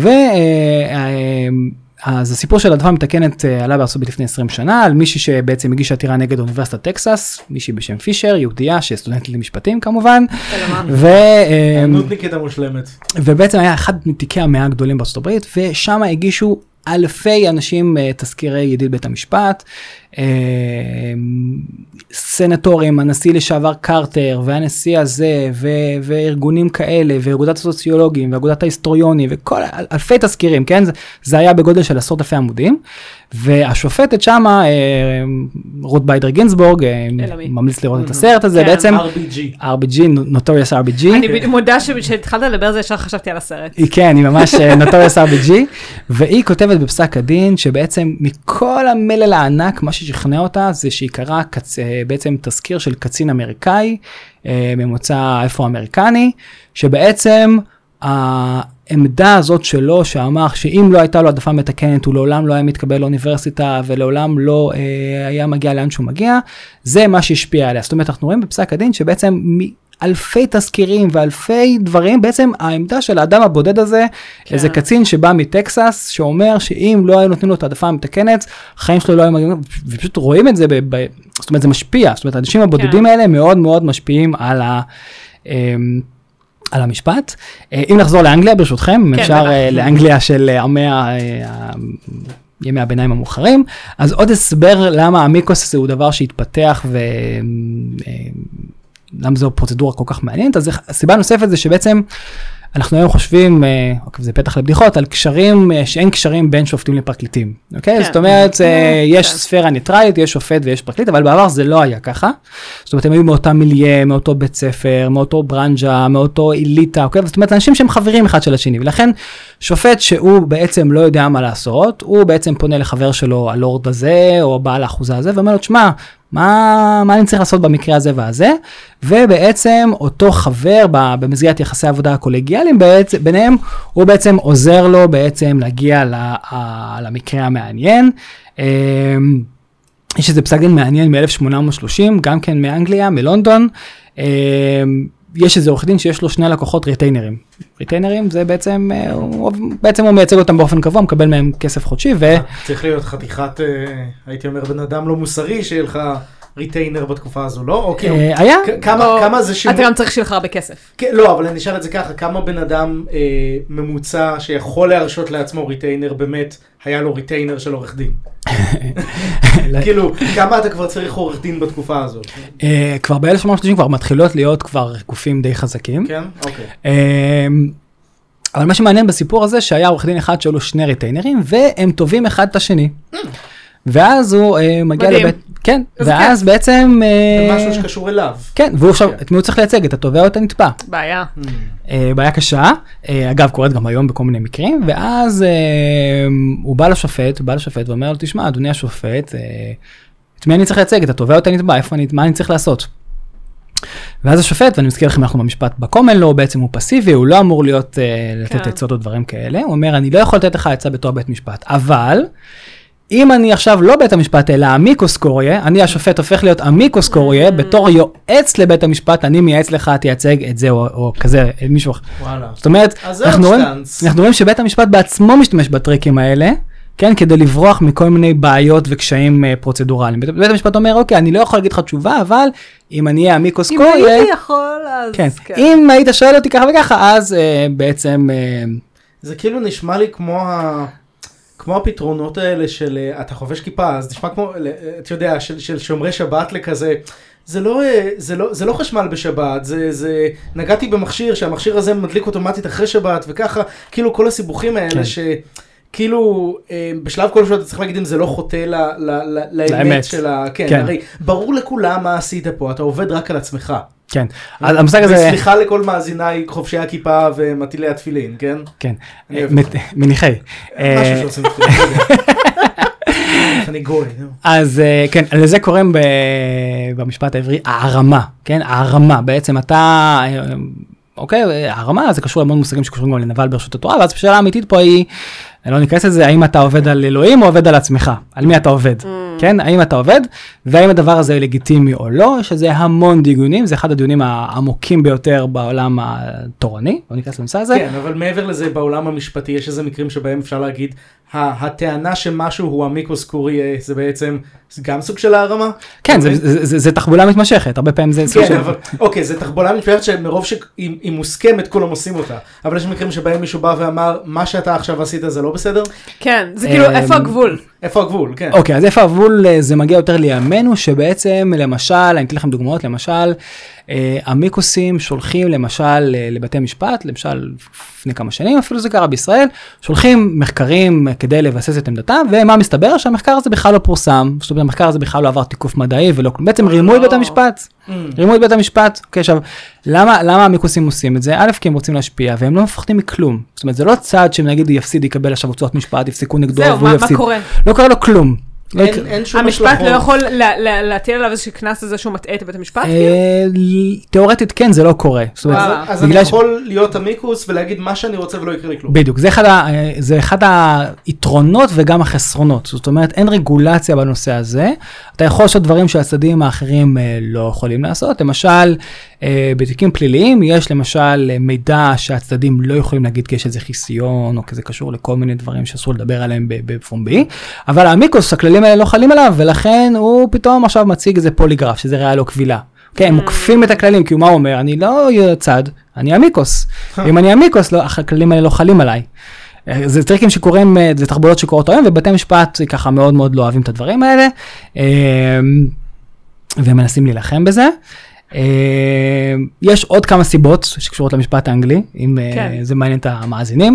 אז הסיפור של העדפה מתקנת עלה בארצות הברית לפני 20 שנה, על מישהי שבעצם הגישה עתירה נגד אוניברסיטת טקסס, מישהי בשם פישר, יהודייה, שסטודנטית למשפטים כמובן, הנודניקית המושלמת. ובעצם היה אחד מתיקי המאה הגדולים בארצות הברית, ושם הגישו אלפי אנשים תזכירי ידיד בית המשפט, סנטורים, הנשיא לשעבר קרטר, והנשיא הזה, וארגונים כאלה, ואגודת הסוציולוגים, ואגודת ההיסטוריונים, וכל אלפי תזכירים, כן? זה היה בגודל של 10,000 עמודים, והשופטת שמה, רות ביידר גינסבורג, ממליץ לראות את הסרט הזה, בעצם, RBG, Notorious RBG. אני מודה שהתחלת לדבר על זה, ישר חשבתי על הסרט. כן, היא ממש Notorious RBG, והיא כותבת בפסק הדין, שבעצם מכל המלל הענק, מה ששכנע אותה, זה שהיא קראה בעצם תזכיר של קצין אמריקאי, ממוצא אפרו-אמריקני, שבעצם העמדה הזאת שלו, שאמר שאם לא הייתה לו העדפה מתקנת, הוא לעולם לא היה מתקבל לאוניברסיטה, ולעולם לא היה מגיע לאן שהוא מגיע, זה מה שהשפיע עליה. זאת אומרת, אנחנו רואים בפסק הדין, שבעצם אלפי תזכירים ואלפי דברים, בעצם העמדה של האדם הבודד הזה, איזה קצין שבא מטקסס, שאומר שאם לא היו נותנים לו את העדפה המתקנת, החיים שלו לא היו מגיעים, ופשוט רואים את זה, זאת אומרת, זה משפיע, זאת אומרת, האנשים הבודדים האלה מאוד מאוד משפיעים על המשפט. אם נחזור לאנגליה, ברשותכם, אפשר לאנגליה של ימי הביניים המאוחרים, אז עוד הסבר למה המיקוס הזה הוא דבר שהתפתח למה זו פרוצדורה כל כך מעניינת, אז הסיבה נוספת זה שבעצם אנחנו היום חושבים, זה פתח לבדיחות, על קשרים, שאין קשרים בין שופטים לפרקליטים, אוקיי? זאת אומרת, יש ספירה ניטרלית, יש שופט ויש פרקליט, אבל בעבר זה לא היה ככה, זאת אומרת, הם היו מאותה מיליה, מאותו בית ספר, מאותו ברנג'ה, מאותו איליטה, אוקיי? זאת אומרת, אנשים שהם חברים אחד של השני, ולכן שופט שהוא בעצם לא יודע מה לעשות, הוא בעצם פונה לחבר שלו, הלורד הזה, או בעל האחוזה הזה, ואומר לו, תשמע, מה אני צריך לעשות במקרה הזה והזה, ובעצם אותו חבר במסגרת יחסי העבודה הקולגיאליים ביניהם, הוא בעצם עוזר לו בעצם להגיע למקרה המעניין. יש איזה פסק דין מעניין מ-1830, גם כן מאנגליה, מלונדון, יש איזה עורך דין שיש לו 2 לקוחות ריטיינרים. ריטיינרים זה בעצם הוא מייצג אותם באופן קבוע, מקבל מהם כסף חודשי צריך להיות חתיכת, הייתי אומר, בן אדם לא מוסרי, שיהיה לך ריטיינר בתקופה הזו, לא? או כאילו, היה? כמה זה אתה גם צריך שיהיה לך הרבה כסף. לא, אבל אני אשאל את זה ככה, כמה בן אדם ממוצע שיכול להרשות לעצמו ריטיינר, באמת היה לו ריטיינר של עורך דין? כאילו, כמה אתה כבר צריך עורך דין בתקופה הזאת? כבר ב-1830 כבר מתחילות להיות כבר גופים די חזקים. כן, אוקיי. אבל מה שמעניין בסיפור הזה, שהיה עורך דין אחד שהיו לו 2 ריטיינרים, והם טובים אחד את השני. ואז הוא מגיע לבית, כן, ואז בעצם זה משהו שקשור אליו. כן, והוא עכשיו, את מי הוא צריך לייצג? את התובע או את הנתבע? בעיה. בעיה קשה, אגב קורית גם היום בכל מיני מקרים, ואז הוא בא לשופט ואומר לו, תשמע, אדוני השופט, את מי אני צריך לייצג? את התובע או את הנתבע? מה אני צריך לעשות? ואז השופט, ואני מזכיר לכם, אנחנו במשפט בקומן לו, בעצם הוא פסיבי, הוא לא אמור להיות, לתת עצות או דברים כאלה, הוא אומר, אני לא יכול לתת לך עצה בתור בית משפט, אבל אם אני עכשיו לא בית המשפט, אלא אמיקוס קוריה, אני השופט הופך להיות אמיקוס קוריה, בתור יועץ לבית המשפט, אני מייעץ לך, תייצג את זה או כזה, מישהו. זאת אומרת, אנחנו רואים שבית המשפט בעצמו משתמש בטריקים האלה, כן, כדי לברוח מכל מיני בעיות וקשיים פרוצדורליים. בית המשפט אומר, אוקיי, אני לא יכול להגיד לך תשובה, אבל אם אני אהיה אמיקוס קוריה, אם הייתי יכול, אז כן. אם היית שואל אותי ככה וככה, אז בעצם זה כאילו נשמע לי כמו הפתרונות האלה של אתה חובש כיפה, אז נשמע כמו, אתה יודע, של שומרי שבת לכזה, זה לא חשמל בשבת, זה נגעתי במכשיר, שהמכשיר הזה מדליק אוטומטית אחרי שבת, וככה, כאילו כל הסיבוכים האלה כאילו, בשלב כלשהו אתה צריך להגיד אם זה לא חוטא לאמת של כן, הרי ברור לכולם מה עשית פה, אתה עובד רק על עצמך. כן, המושג הזה... וסליחה לכל מאזיניי חובשי הכיפה ומטילי התפילין, כן? כן, מניחי. משהו שעושים תפילין. אני גוי. אז כן, לזה קוראים במשפט העברי הערמה, כן? הערמה, בעצם אתה... אוקיי, הרמה, זה קשור להמון מושגים שקשורים גם לנבל ברשות התורה, ואז השאלה האמיתית פה היא, אני לא ניכנס לזה, האם אתה עובד על אלוהים או עובד על עצמך? על מי אתה עובד? כן? האם אתה עובד? והאם הדבר הזה לגיטימי או לא? שזה המון דיונים, זה אחד הדיונים העמוקים ביותר בעולם התורני, לא ניכנס לנושא הזה. כן, אבל מעבר לזה, בעולם המשפטי, יש איזה מקרים שבהם אפשר להגיד, הטענה שמשהו הוא המיקוס קוריה, זה בעצם גם סוג של הערמה? כן, זה תחבולה מתמשכת, הרבה פעמים זה סוג של... אוקיי, זה תחבולה מתמשכת שמרוב שהיא מוסכמת, כולם עושים אותה. אבל יש מקרים שבהם מישהו בא ואמר, מה שאתה עכשיו עשית זה לא בסדר? כן, זה כאילו, איפה הגבול? איפה הגבול, כן. אוקיי, אז איפה הגבול זה מגיע יותר לימינו, שבעצם, למשל, אני אתן לכם דוגמאות, למשל, המיקוסים שולחים למשל לבתי משפט, למשל לפני כמה שנים, אפילו זה קרה בישראל, שולחים מחקרים כדי לבסס את עמדתם, ומה מסתבר? שהמחקר הזה בכלל לא פורסם, זאת אומרת, המחקר הזה בכלל לא עבר תיקוף מדעי ולא כלום, בעצם רימו את בית המשפט, רימו את בית המשפט. אוקיי, עכשיו, למה המיקוסים עושים את זה? א', כי הם רוצים להשפיע, והם לא מפחדים מכלום. זאת אומרת, זה לא צעד שנגיד יפסיד, יקבל עכשיו הוצאות משפט, יפסיקו נגדו, והוא יפסיד. מה קורה? לא קורה לו כלום. המשפט לא יכול להטיל עליו איזשהו כנס הזה שהוא מטעה את בית המשפט? תיאורטית כן, זה לא קורה. אז אני יכול להיות המיקוס ולהגיד מה שאני רוצה ולא יקרה לי כלום. בדיוק, זה אחד היתרונות וגם החסרונות. זאת אומרת, אין רגולציה בנושא הזה. אתה יכול לעשות דברים שהצדדים האחרים לא יכולים לעשות. למשל, בתיקים פליליים יש למשל מידע שהצדדים לא יכולים להגיד כי יש איזה חיסיון, או כזה קשור לכל מיני דברים שאסור לדבר עליהם בפומבי. אבל המיקוס, הכללים האלה לא חלים עליו, ולכן הוא פתאום עכשיו מציג איזה פוליגרף, שזה ראה לו קבילה. כן, הם מוקפים את הכללים, כי הוא מה אומר? אני לא צד, אני המיקוס. ואם אני המיקוס, הכללים האלה לא חלים עליי. זה טריקים שקורים, זה תחבולות שקורות היום, ובתי משפט ככה מאוד מאוד לא אוהבים את הדברים האלה, ומנסים להילחם בזה. יש עוד כמה סיבות שקשורות למשפט האנגלי, אם זה מעניין את המאזינים.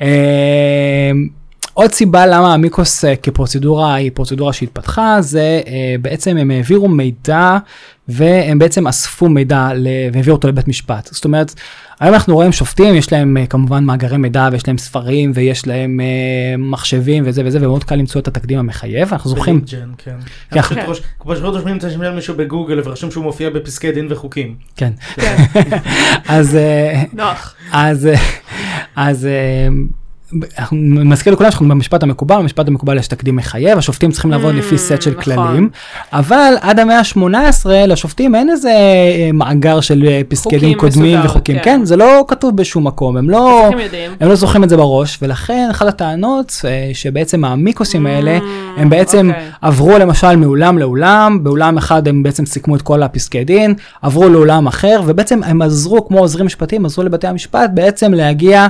עוד סיבה למה המיקוס כפרוצדורה היא פרוצדורה שהתפתחה, זה בעצם הם העבירו מידע, והם בעצם אספו מידע והעבירו אותו לבית משפט. זאת אומרת, היום אנחנו רואים שופטים, יש להם כמובן מאגרי מידע, ויש להם ספרים, ויש להם מחשבים וזה וזה, ומאוד קל למצוא את התקדים המחייב. אנחנו זוכרים... כן. פשוט רושמים את השם של מישהו בגוגל, ורשום שהוא מופיע בפסקי דין וחוקים. כן. אז... נוח. אז... אנחנו מזכיר לכולם שאנחנו במשפט המקובל יש תקדים מחייב, השופטים צריכים לעבוד לפי סט של כללים, אבל עד המאה ה-18 לשופטים אין איזה מאגר של פסקי דין קודמים וחוקים, כן, זה לא כתוב בשום מקום, הם לא זוכרים את זה בראש, ולכן אחת הטענות שבעצם המיקוסים האלה, הם בעצם עברו למשל מאולם לאולם, באולם אחד הם בעצם סיכמו את כל הפסקי דין, עברו לאולם אחר, ובעצם הם עזרו, כמו עוזרים משפטיים, עזרו לבתי המשפט, בעצם להגיע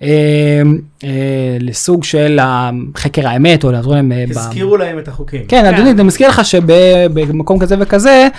לסוג של חקר האמת, או לעזרו להם... הזכירו להם את החוקים. כן, אדוני, אני מזכיר לך שבמקום כזה וכזה...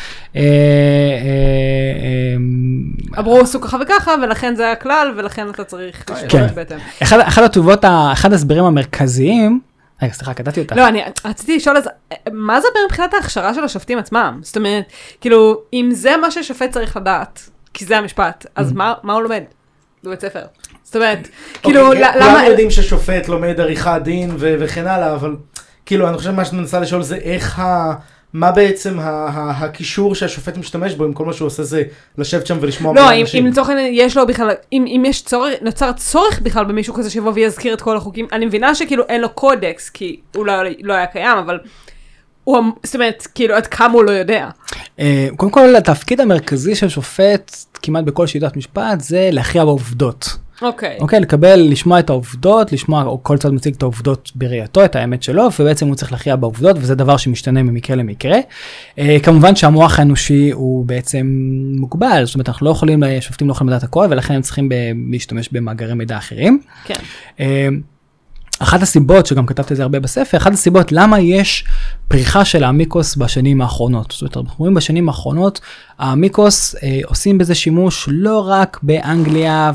עברו סוג ככה וככה, ולכן זה הכלל, ולכן אתה צריך לשפוט בהתאם. אחד הסברים המרכזיים... רגע, סליחה, קדעתי אותך. לא, אני רציתי לשאול, מה זה מבחינת ההכשרה של השופטים עצמם? זאת אומרת, כאילו, אם זה מה ששופט צריך לדעת, כי זה המשפט, אז מה הוא לומד? בבית ספר. זאת אומרת, כאילו, למה... כולם יודעים ששופט לומד עריכת דין וכן הלאה, אבל כאילו, אני חושב מה שאני מנסה לשאול זה איך מה בעצם הקישור שהשופט משתמש בו, אם כל מה שהוא עושה זה לשבת שם ולשמוע לא, אם לצורך העניין יש לו בכלל, אם יש נוצר צורך בכלל במישהו כזה שיבוא ויזכיר את כל החוקים, אני מבינה שכאילו אין לו קודקס, כי הוא לא היה קיים, אבל... זאת אומרת, כאילו, עד כמה הוא לא יודע. קודם כל, התפקיד המרכזי של שופט, כמעט בכל שיטת משפט, זה להכריע בעובדות. אוקיי, לשמוע את העובדות, לשמוע, או כל צד מציג את העובדות בראייתו, את האמת שלו, ובעצם הוא צריך להכריע בעובדות, וזה דבר שמשתנה ממקרה למקרה. כמובן שהמוח האנושי הוא בעצם מוגבל, זאת אומרת, אנחנו לא יכולים, שופטים לא יכולים לדעת הכל, ולכן הם צריכים להשתמש במאגרי מידע אחרים. כן. אחת הסיבות, שגם כתבתי את זה הרבה בספר, אחת הסיבות למה יש פריחה של האמיקוס בשנים האחרונות. זאת אומרת, אנחנו רואים בשנים האחרונות, האמיקוס עושים בזה שימוש לא רק באנגליה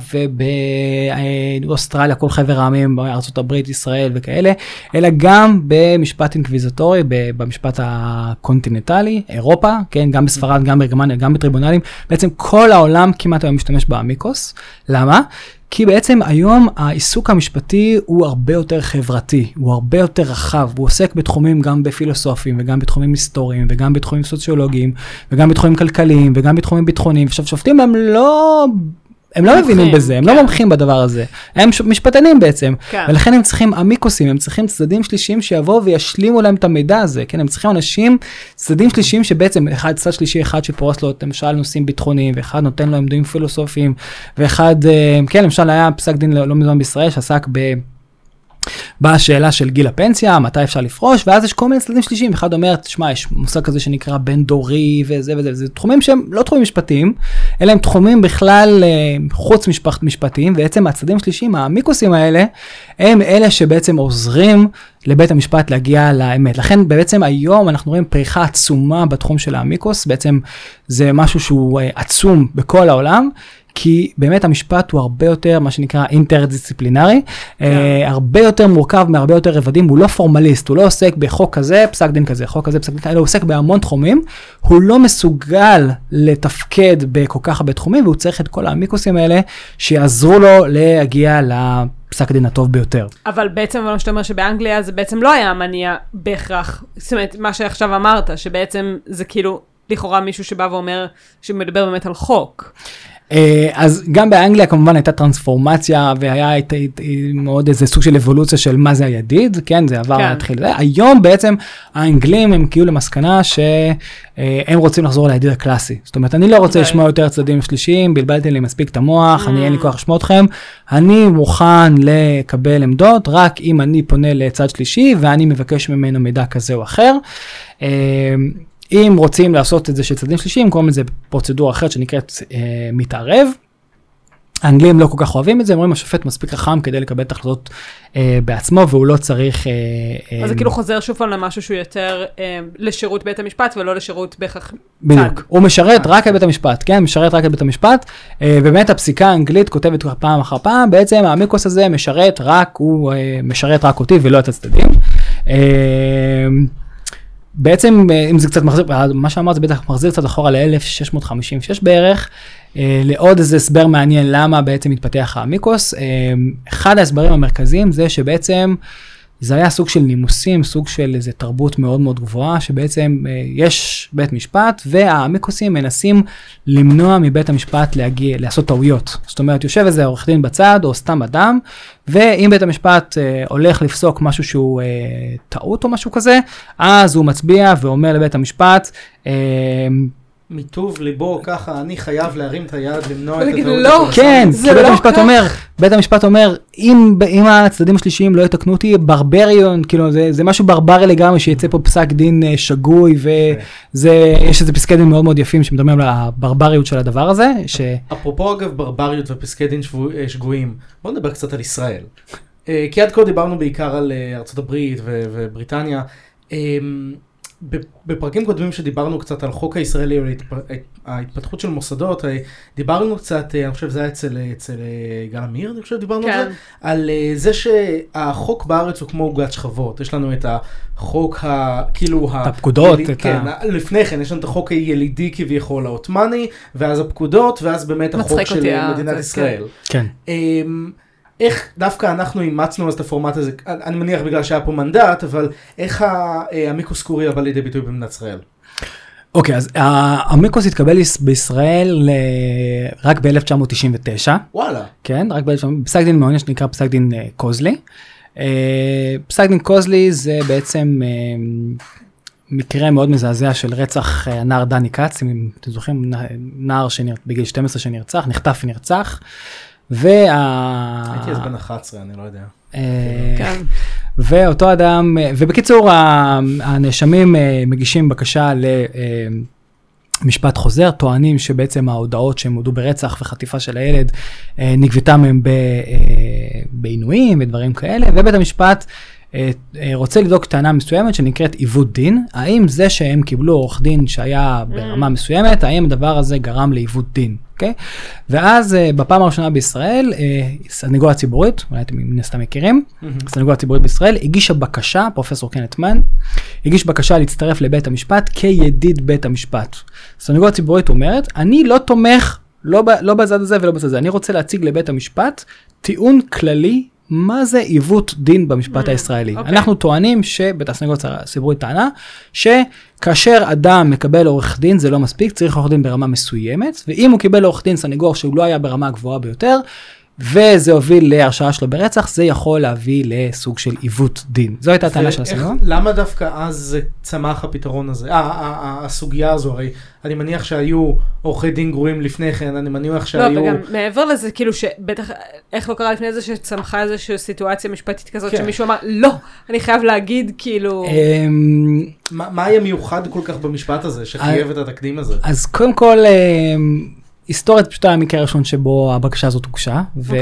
ובאוסטרליה, כל חבר העמים, בארצות הברית, ישראל וכאלה, אלא גם במשפט אינקוויזטורי, במשפט הקונטיננטלי, אירופה, כן, גם בספרד, גם בגרמניה, גם בטריבונלים, בעצם כל העולם כמעט היום משתמש באמיקוס. למה? כי בעצם היום העיסוק המשפטי הוא הרבה יותר חברתי, הוא הרבה יותר רחב, הוא עוסק בתחומים גם בפילוסופיים, וגם בתחומים היסטוריים, וגם בתחומים סוציולוגיים, וגם בתחומים כלכליים, וגם בתחומים ביטחוניים. עכשיו, שופטים הם לא מבינים בזה, הם לא מומחים בדבר הזה. הם משפטנים בעצם, ולכן הם צריכים אמיקוסים, הם צריכים צדדים שלישיים שיבואו וישלימו להם את המידע הזה, כן? הם צריכים אנשים, צדדים שלישיים שבעצם, צד שלישי אחד שפורס לו, למשל נושאים ביטחוניים, ואחד נותן לו עמדות פילוסופיים, ואחד, כן, למשל היה פסק דין לא מזמן בישראל, שעסק בשאלה של גיל הפנסיה, מתי אפשר לפרוש, ואז יש כל מיני צדדים שלישיים, אחד אומר, תשמע, יש מושג כזה שנקרא בן דורי וזה וזה, זה תחומים שהם לא תחומים משפטיים, אלא הם תחומים בכלל חוץ משפטיים, ובעצם הצדדים שלישיים, האמיקוסים האלה, הם אלה שבעצם עוזרים לבית המשפט להגיע לאמת. לכן בעצם היום אנחנו רואים פריחה עצומה בתחום של האמיקוס, בעצם זה משהו שהוא עצום בכל העולם, כי באמת המשפט הוא הרבה יותר, מה שנקרא אינטרדיסציפלינרי, הרבה יותר מורכב מהרבה יותר רבדים, הוא לא פורמליסט, הוא לא עוסק בחוק כזה, פסק דין כזה, חוק כזה, פסק דין כזה, אלא הוא עוסק בהמון תחומים, הוא לא מסוגל לתפקד בכל כך הרבה תחומים, והוא צריך את כל האמיקוסים האלה, שיעזרו לו להגיע לפסק דין הטוב ביותר. אבל בעצם, מה שאתה אומר שבאנגליה זה בעצם לא היה מניע בהכרח, זאת אומרת, מה שעכשיו אמרת, שבעצם זה כאילו, לכאורה מישהו שבא ואומר, שמדבר באמת על חוק. אז גם באנגליה כמובן הייתה טרנספורמציה, והיה מאוד איזה סוג של אבולוציה של מה זה הידיד, כן, זה עבר להתחיל. היום בעצם האנגלים הם כאילו למסקנה שהם רוצים לחזור לידיד הקלאסי. זאת אומרת, אני לא רוצה לשמוע יותר צדדים שלישיים, בלבלתי לי מספיק את המוח, אין לי כוח לשמוע אתכם, אני מוכן לקבל עמדות, רק אם אני פונה לצד שלישי, ואני מבקש ממנו מידע כזה או אחר. אם רוצים לעשות את זה של צדדים שלישיים, קוראים לזה פרוצדורה אחרת שנקראת מתערב. האנגלים לא כל כך אוהבים את זה, הם אומרים, השופט מספיק חכם כדי לקבל את ההחלטות בעצמו, והוא לא צריך... אז זה כאילו חוזר שוב פעם למשהו שהוא יותר לשירות בית המשפט, ולא לשירות בהכרח צד. בדיוק, הוא משרת רק את בית המשפט, כן? משרת רק את בית המשפט, ובאמת הפסיקה האנגלית כותבת פעם אחר פעם, בעצם האמיקוס הזה הוא משרת רק אותי ולא את הצדדים. בעצם, אם זה קצת מחזיר, מה שאמרת זה בטח מחזיר קצת אחורה ל-1656 בערך, לעוד איזה הסבר מעניין למה בעצם מתפתח האמיקוס. אחד ההסברים המרכזיים זה שבעצם זה היה סוג של נימוסים, סוג של איזו תרבות מאוד מאוד גבוהה, שבעצם יש בית משפט, והאמיקוסים מנסים למנוע מבית המשפט לעשות טעויות. זאת אומרת, יושב איזה עורך דין בצד, או סתם אדם, ואם בית המשפט הולך לפסוק משהו שהוא טעות או משהו כזה, אז הוא מצביע ואומר לבית המשפט, מטוב ליבו, ככה אני חייב להרים את היד, למנוע את הטעות. לא, כן, כי בית המשפט אומר, אם הצדדים השלישיים לא יתקנו אותי, ברבריון, כאילו זה משהו ברברי לגמרי, שיצא פה פסק דין שגוי, ויש איזה פסקי דין מאוד מאוד יפים, שמדברים על הברבריות של הדבר הזה. אפרופו אגב ברבריות ופסקי דין שגויים, בואו נדבר קצת על ישראל. כי עד כה דיברנו בעיקר על ארצות הברית ובריטניה, בפרקים קודמים שדיברנו קצת על חוק הישראלי, על ההתפתחות של מוסדות, דיברנו קצת, אני חושב שזה היה אצל גל אמיר, אני חושב דיברנו על זה, על זה שהחוק בארץ הוא כמו עוגת שכבות, יש לנו את החוק כאילו הפקודות, לפני כן יש לנו את החוק הילידי כביכול העות'מאני, ואז הפקודות, ואז באמת החוק של מדינת ישראל. כן. איך דווקא אנחנו אימצנו אז את הפורמט הזה, אני מניח בגלל שהיה פה מנדט, אבל איך האמיקוס קורי בא לידי ביטוי במדינת ישראל? אוקיי, אז האמיקוס התקבל בישראל רק ב-1999. וואלה. כן, רק פסק דין מעניין שנקרא פסק דין קוזלי. פסק דין קוזלי זה בעצם מקרה מאוד מזעזע של רצח הנער דני כץ, אם אתם זוכרים, נער בגיל 12 שנרצח, נחטף ונרצח. הייתי אז בן 11, אני לא יודע. כן. ואותו אדם, ובקיצור, הנאשמים מגישים בקשה משפט חוזר, טוענים שבעצם ההודעות שהם הודו ברצח וחטיפה של הילד, נגבתה מהם בעינויים ודברים כאלה, ובית המשפט רוצה לבדוק טענה מסוימת שנקראת עיוות דין, האם זה שהם קיבלו עורך דין שהיה ברמה מסוימת, האם הדבר הזה גרם לעיוות דין, אוקיי? ואז בפעם הראשונה בישראל, הסנגוריה הציבורית, אולי אתם מן הסתם מכירים, הסנגוריה הציבורית בישראל, הגישה בקשה, פרופסור קנת מן, הגיש בקשה להצטרף לבית המשפט כידיד בית המשפט. הסנגוריה הציבורית אומרת, אני לא תומך, לא בצד הזה ולא בצד הזה, אני רוצה להציג לבית המשפט טיעון כללי, מה זה עיוות דין במשפט הישראלי? אנחנו טוענים שבית הסנגוריה הציבורית טענה, שכאשר אדם מקבל עורך דין, זה לא מספיק, צריך עורך דין ברמה מסוימת, ואם הוא קיבל עורך דין סנגור שהוא לא היה ברמה הגבוהה ביותר, וזה הוביל להרשעה שלו ברצח, זה יכול להביא לסוג של עיוות דין. זו הייתה הטענה של הסנגוריה. למה דווקא אז צמח הפתרון הזה? הסוגיה הזו, הרי אני מניח שהיו עורכי דין גרועים לפני כן, אני מניח שהיו... לא, וגם מעבר לזה, כאילו שבטח, איך לא קרה לפני זה שצמחה איזושהי סיטואציה משפטית כזאת, שמישהו אמר, לא, אני חייב להגיד, כאילו... מה היה מיוחד כל כך במשפט הזה, שחייב את התקדים הזה? אז קודם כל... היסטורית פשוט היה המקרה הראשון שבו הבקשה הזאת הוגשה,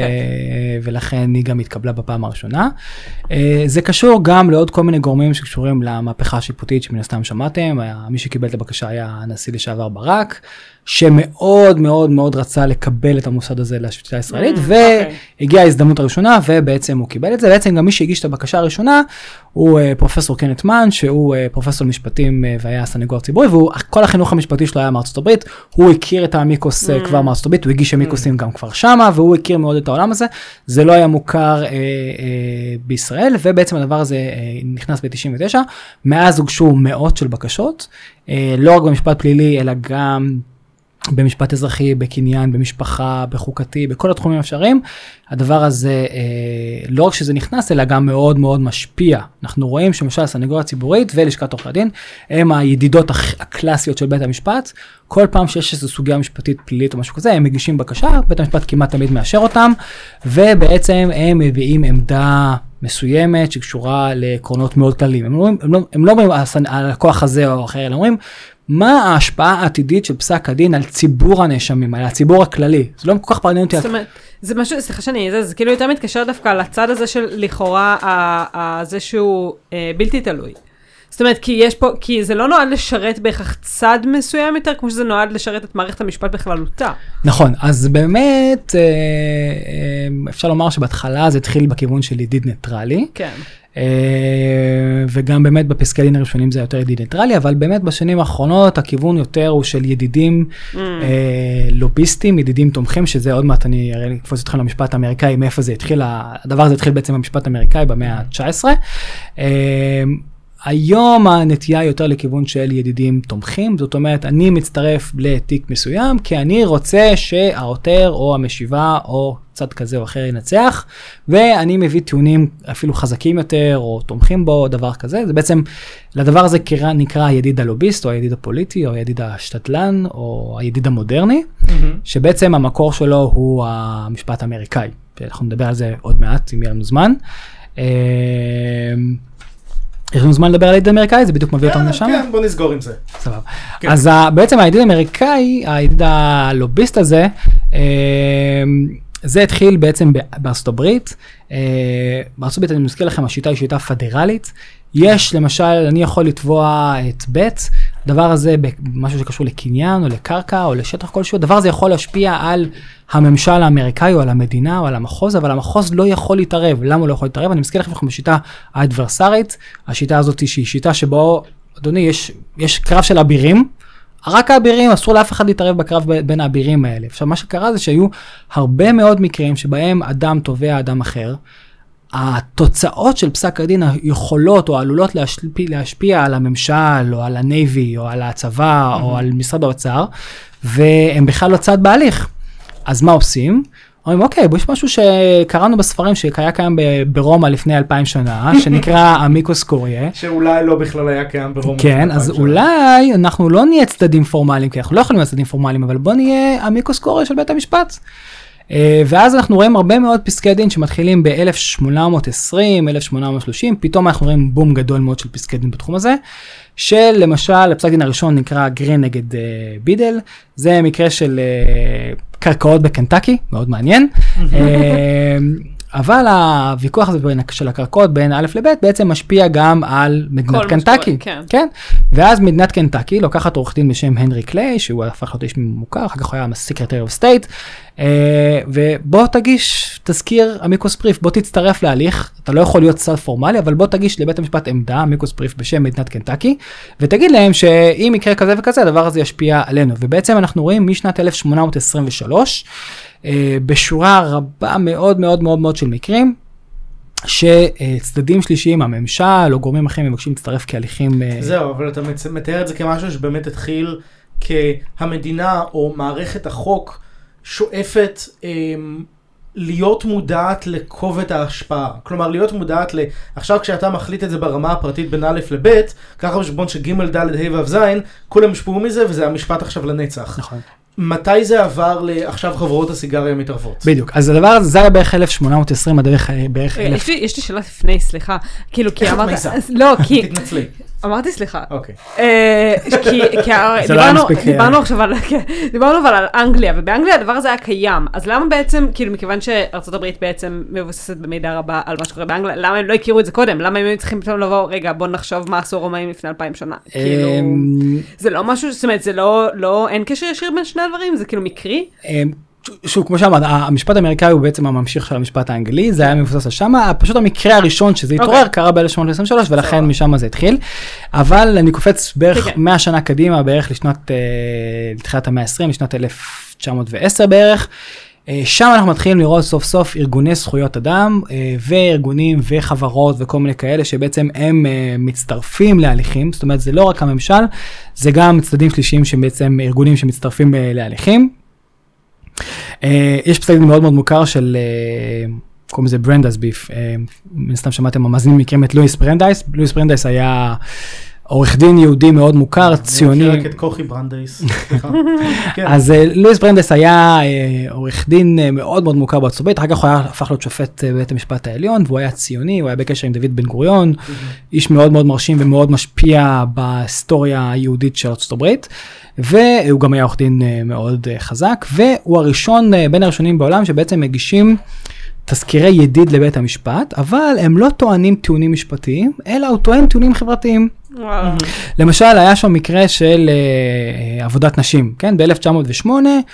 ולכן היא גם התקבלה בפעם הראשונה. זה קשור גם לעוד כל מיני גורמים שקשורים למהפכה השיפוטית שמן הסתם שמעתם, מי שקיבל את הבקשה היה הנשיא לשעבר ברק, שמאוד מאוד מאוד רצה לקבל את המוסד הזה לשפיטה הישראלית, והגיעה ההזדמנות הראשונה, ובעצם הוא קיבל את זה. בעצם גם מי שהגיש את הבקשה הראשונה, הוא פרופסור קנת מן, שהוא פרופסור משפטים והיה סנגור ציבורי, וכל החינוך המשפטי שלו היה מארצות הברית, הוא הכיר את המיקוס כבר מארצות הברית, הוא הגיש המיקוסים גם כבר שמה, והוא הכיר מאוד את העולם הזה, זה לא היה מוכר בישראל, ובעצם הדבר הזה נכנס ב-99, מאז הוגשו מאות של בקשות, לא רק במשפט פלילי, אלא גם במשפט אזרחי, בקניין, במשפחה, בחוקתי, בכל התחומים האפשריים, הדבר הזה, לא רק שזה נכנס, אלא גם מאוד מאוד משפיע. אנחנו רואים שמשל הסנגוריה הציבורית ולשכת עורכי הדין, הם הידידות הקלאסיות של בית המשפט, כל פעם שיש איזו סוגיה משפטית פלילית או משהו כזה, הם מגישים בקשה, בית המשפט כמעט תמיד מאשר אותם, ובעצם הם מביאים עמדה מסוימת שקשורה לעקרונות מאוד כלליים. הם לא אומרים על הכוח הזה או אחר, הם אומרים, מה ההשפעה העתידית של פסק הדין על ציבור הנאשמים, על הציבור הכללי? זה לא כל כך מעניין אותי. זאת אומרת, זה משהו, סליחה זה כאילו יותר מתקשר דווקא לצד הזה של לכאורה, זה שהוא בלתי תלוי. זאת אומרת, כי זה לא נועד לשרת בהכרח צד מסוים יותר, כמו שזה נועד לשרת את מערכת המשפט בכללותה. נכון, אז באמת, אפשר לומר שבהתחלה זה התחיל בכיוון של ידיד ניטרלי. כן. וגם באמת בפסקי דין הראשונים זה יותר ידיד ניטרלי, אבל באמת בשנים האחרונות הכיוון יותר הוא של ידידים לוביסטים, ידידים תומכים, שזה עוד מעט אני אראה איפה זה התחיל למשפט האמריקאי, מאיפה זה התחיל, הדבר הזה התחיל בעצם במשפט האמריקאי במאה ה-19. היום הנטייה יותר לכיוון של ידידים תומכים, זאת אומרת, אני מצטרף לתיק מסוים, כי אני רוצה שהעותר או המשיבה או צד כזה או אחר ינצח, ואני מביא טיעונים אפילו חזקים יותר או תומכים בו, דבר כזה. זה בעצם, לדבר הזה נקרא הידיד הלוביסט, או הידיד הפוליטי, או הידיד השתתלן, או הידיד המודרני, שבעצם המקור שלו הוא המשפט האמריקאי. אנחנו נדבר על זה עוד מעט, אם יהיה לנו זמן. יש לנו זמן לדבר על הידיד האמריקאי, זה בדיוק מביא אותנו לשם? כן, בוא נסגור עם זה. סבבה. אז בעצם הידיד האמריקאי, הידיד הלוביסט הזה, זה התחיל בעצם בארצות הברית. בארצות הברית, אני מזכיר לכם, השיטה היא שיטה פדרלית. יש, למשל, אני יכול לתבוע את בית, דבר הזה במשהו שקשור לקניין או לקרקע או לשטח כלשהו, דבר הזה יכול להשפיע על הממשל האמריקאי או על המדינה או על המחוז, אבל המחוז לא יכול להתערב. למה הוא לא יכול להתערב? אני מזכיר לכם בשיטה האדברסרית, השיטה הזאת שהיא שיטה שבו, אדוני, יש קרב של אבירים, רק האבירים, אסור לאף אחד להתערב בקרב בין האבירים האלה. עכשיו, מה שקרה זה שהיו הרבה מאוד מקרים שבהם אדם תובע אדם אחר, התוצאות של פסק הדין יכולות או עלולות להשפיע על הממשל או על הנייבי או על הצבא או על משרד האוצר, והם בכלל לא צד בהליך. אז מה עושים? אומרים, אוקיי, יש משהו שקראנו בספרים שהיה קיים ברומא לפני 2000 שנה, שנקרא אמיקוס קוריה. שאולי לא בכלל היה קיים ברומא. כן, אז אולי אנחנו לא נהיה צדדים פורמליים, כי אנחנו לא יכולים להיות צדדים פורמליים, אבל בוא נהיה אמיקוס קוריה של בית המשפט. ואז אנחנו רואים הרבה מאוד פסקי דין שמתחילים ב-1820, 1830, פתאום אנחנו רואים בום גדול מאוד של פסקי דין בתחום הזה, של למשל, הפסק דין הראשון נקרא גרין נגד בידל, זה מקרה של קרקעות בקנטקי, מאוד מעניין, אבל הוויכוח הזה של הקרקעות בין א' לב' בעצם משפיע גם על מדינת קנטקי. כן. ואז מדינת קנטקי לוקחת עורך דין בשם הנרי קליי, שהוא הפך להיות איש מוכר, אחר כך הוא היה סקרטרי אוף סטייט, ובוא תגיש תזכיר אמיקוס בריף, בוא תצטרף להליך, אתה לא יכול להיות צד פורמלי, אבל בוא תגיש לבית המשפט עמדה, אמיקוס בריף בשם מדינת קנטקי, ותגיד להם שאם יקרה כזה וכזה, הדבר הזה ישפיע עלינו. ובעצם אנחנו רואים משנת 1823, בשורה רבה מאוד מאוד מאוד מאוד של מקרים, שצדדים שלישיים, הממשל או גורמים אחרים מבקשים להצטרף כהליכים. זהו, אבל אתה מתאר את זה כמשהו שבאמת התחיל כהמדינה או מערכת החוק שואפת להיות מודעת לכובד ההשפעה. כלומר, להיות מודעת עכשיו כשאתה מחליט את זה ברמה הפרטית בין א' לב', ככה בשבון שג' ד' ה' ו' ז', כולם השפעו מזה וזה המשפט עכשיו לנצח. נכון. מתי זה עבר לעכשיו חברות הסיגריה מתערבות? בדיוק, אז הדבר הזה, זה היה בערך 1820, בערך 1000. יש לי שאלה לפני, סליחה. כאילו, כי אמרת... לא, כי... תתנצלי. אמרתי סליחה. אוקיי. כי דיברנו עכשיו על אנגליה, ובאנגליה הדבר הזה היה קיים. אז למה בעצם, כאילו, מכיוון שארצות הברית בעצם מבוססת במידה רבה על מה שקורה באנגליה, למה הם לא הכירו את זה קודם? למה הם צריכים פתאום לבוא, רגע, בוא נחשוב מה עשו רומאים לפני 2000 שנה? כאילו, זה לא משהו, זאת אומרת, זה לא, אין קשר ישיר בין שני הדברים, זה כאילו מקרי? שוב, כמו שאמרת, המשפט האמריקאי הוא בעצם הממשיך של המשפט האנגלי, זה היה מבוסס על שמה, פשוט המקרה הראשון שזה התעורר קרה ב-1823, ולכן משם זה התחיל, אבל אני קופץ בערך 100 שנה קדימה, בערך לתחילת המאה ה-20, לשנת 1910 בערך, שם אנחנו מתחילים לראות סוף סוף ארגוני זכויות אדם, וארגונים וחברות וכל מיני כאלה, שבעצם הם מצטרפים להליכים, זאת אומרת, זה לא רק הממשל, זה גם צדדים שלישיים שבעצם ארגונים שמצטרפים להליכים, יש פסק דין מאוד מאוד מוכר של, קוראים לזה ברנדייס ביף, מן סתם שמעתם, המאזינים מכירים את לואיס ברנדייס, לואיס ברנדייס היה עורך דין יהודי מאוד מוכר, ציוני. אני מכיר רק את כוכי ברנדייס. אז לואיס ברנדייס היה עורך דין מאוד מאוד מוכר בארצות הברית, אחר כך הוא הפך להיות שופט בבית המשפט העליון, והוא היה ציוני, הוא היה בקשר עם דוד בן גוריון, איש מאוד מאוד מרשים ומאוד משפיע בהיסטוריה היהודית של ארצות הברית, והוא גם היה עורך דין מאוד חזק, והוא הראשון, בין הראשונים בעולם, שבעצם מגישים תזכירי ידיד לבית המשפט, אבל הם לא טוענים טיעונים משפטיים, אלא הוא טוען טיעונים חברתיים. למשל, היה שם מקרה של עבודת נשים, כן? ב-1908,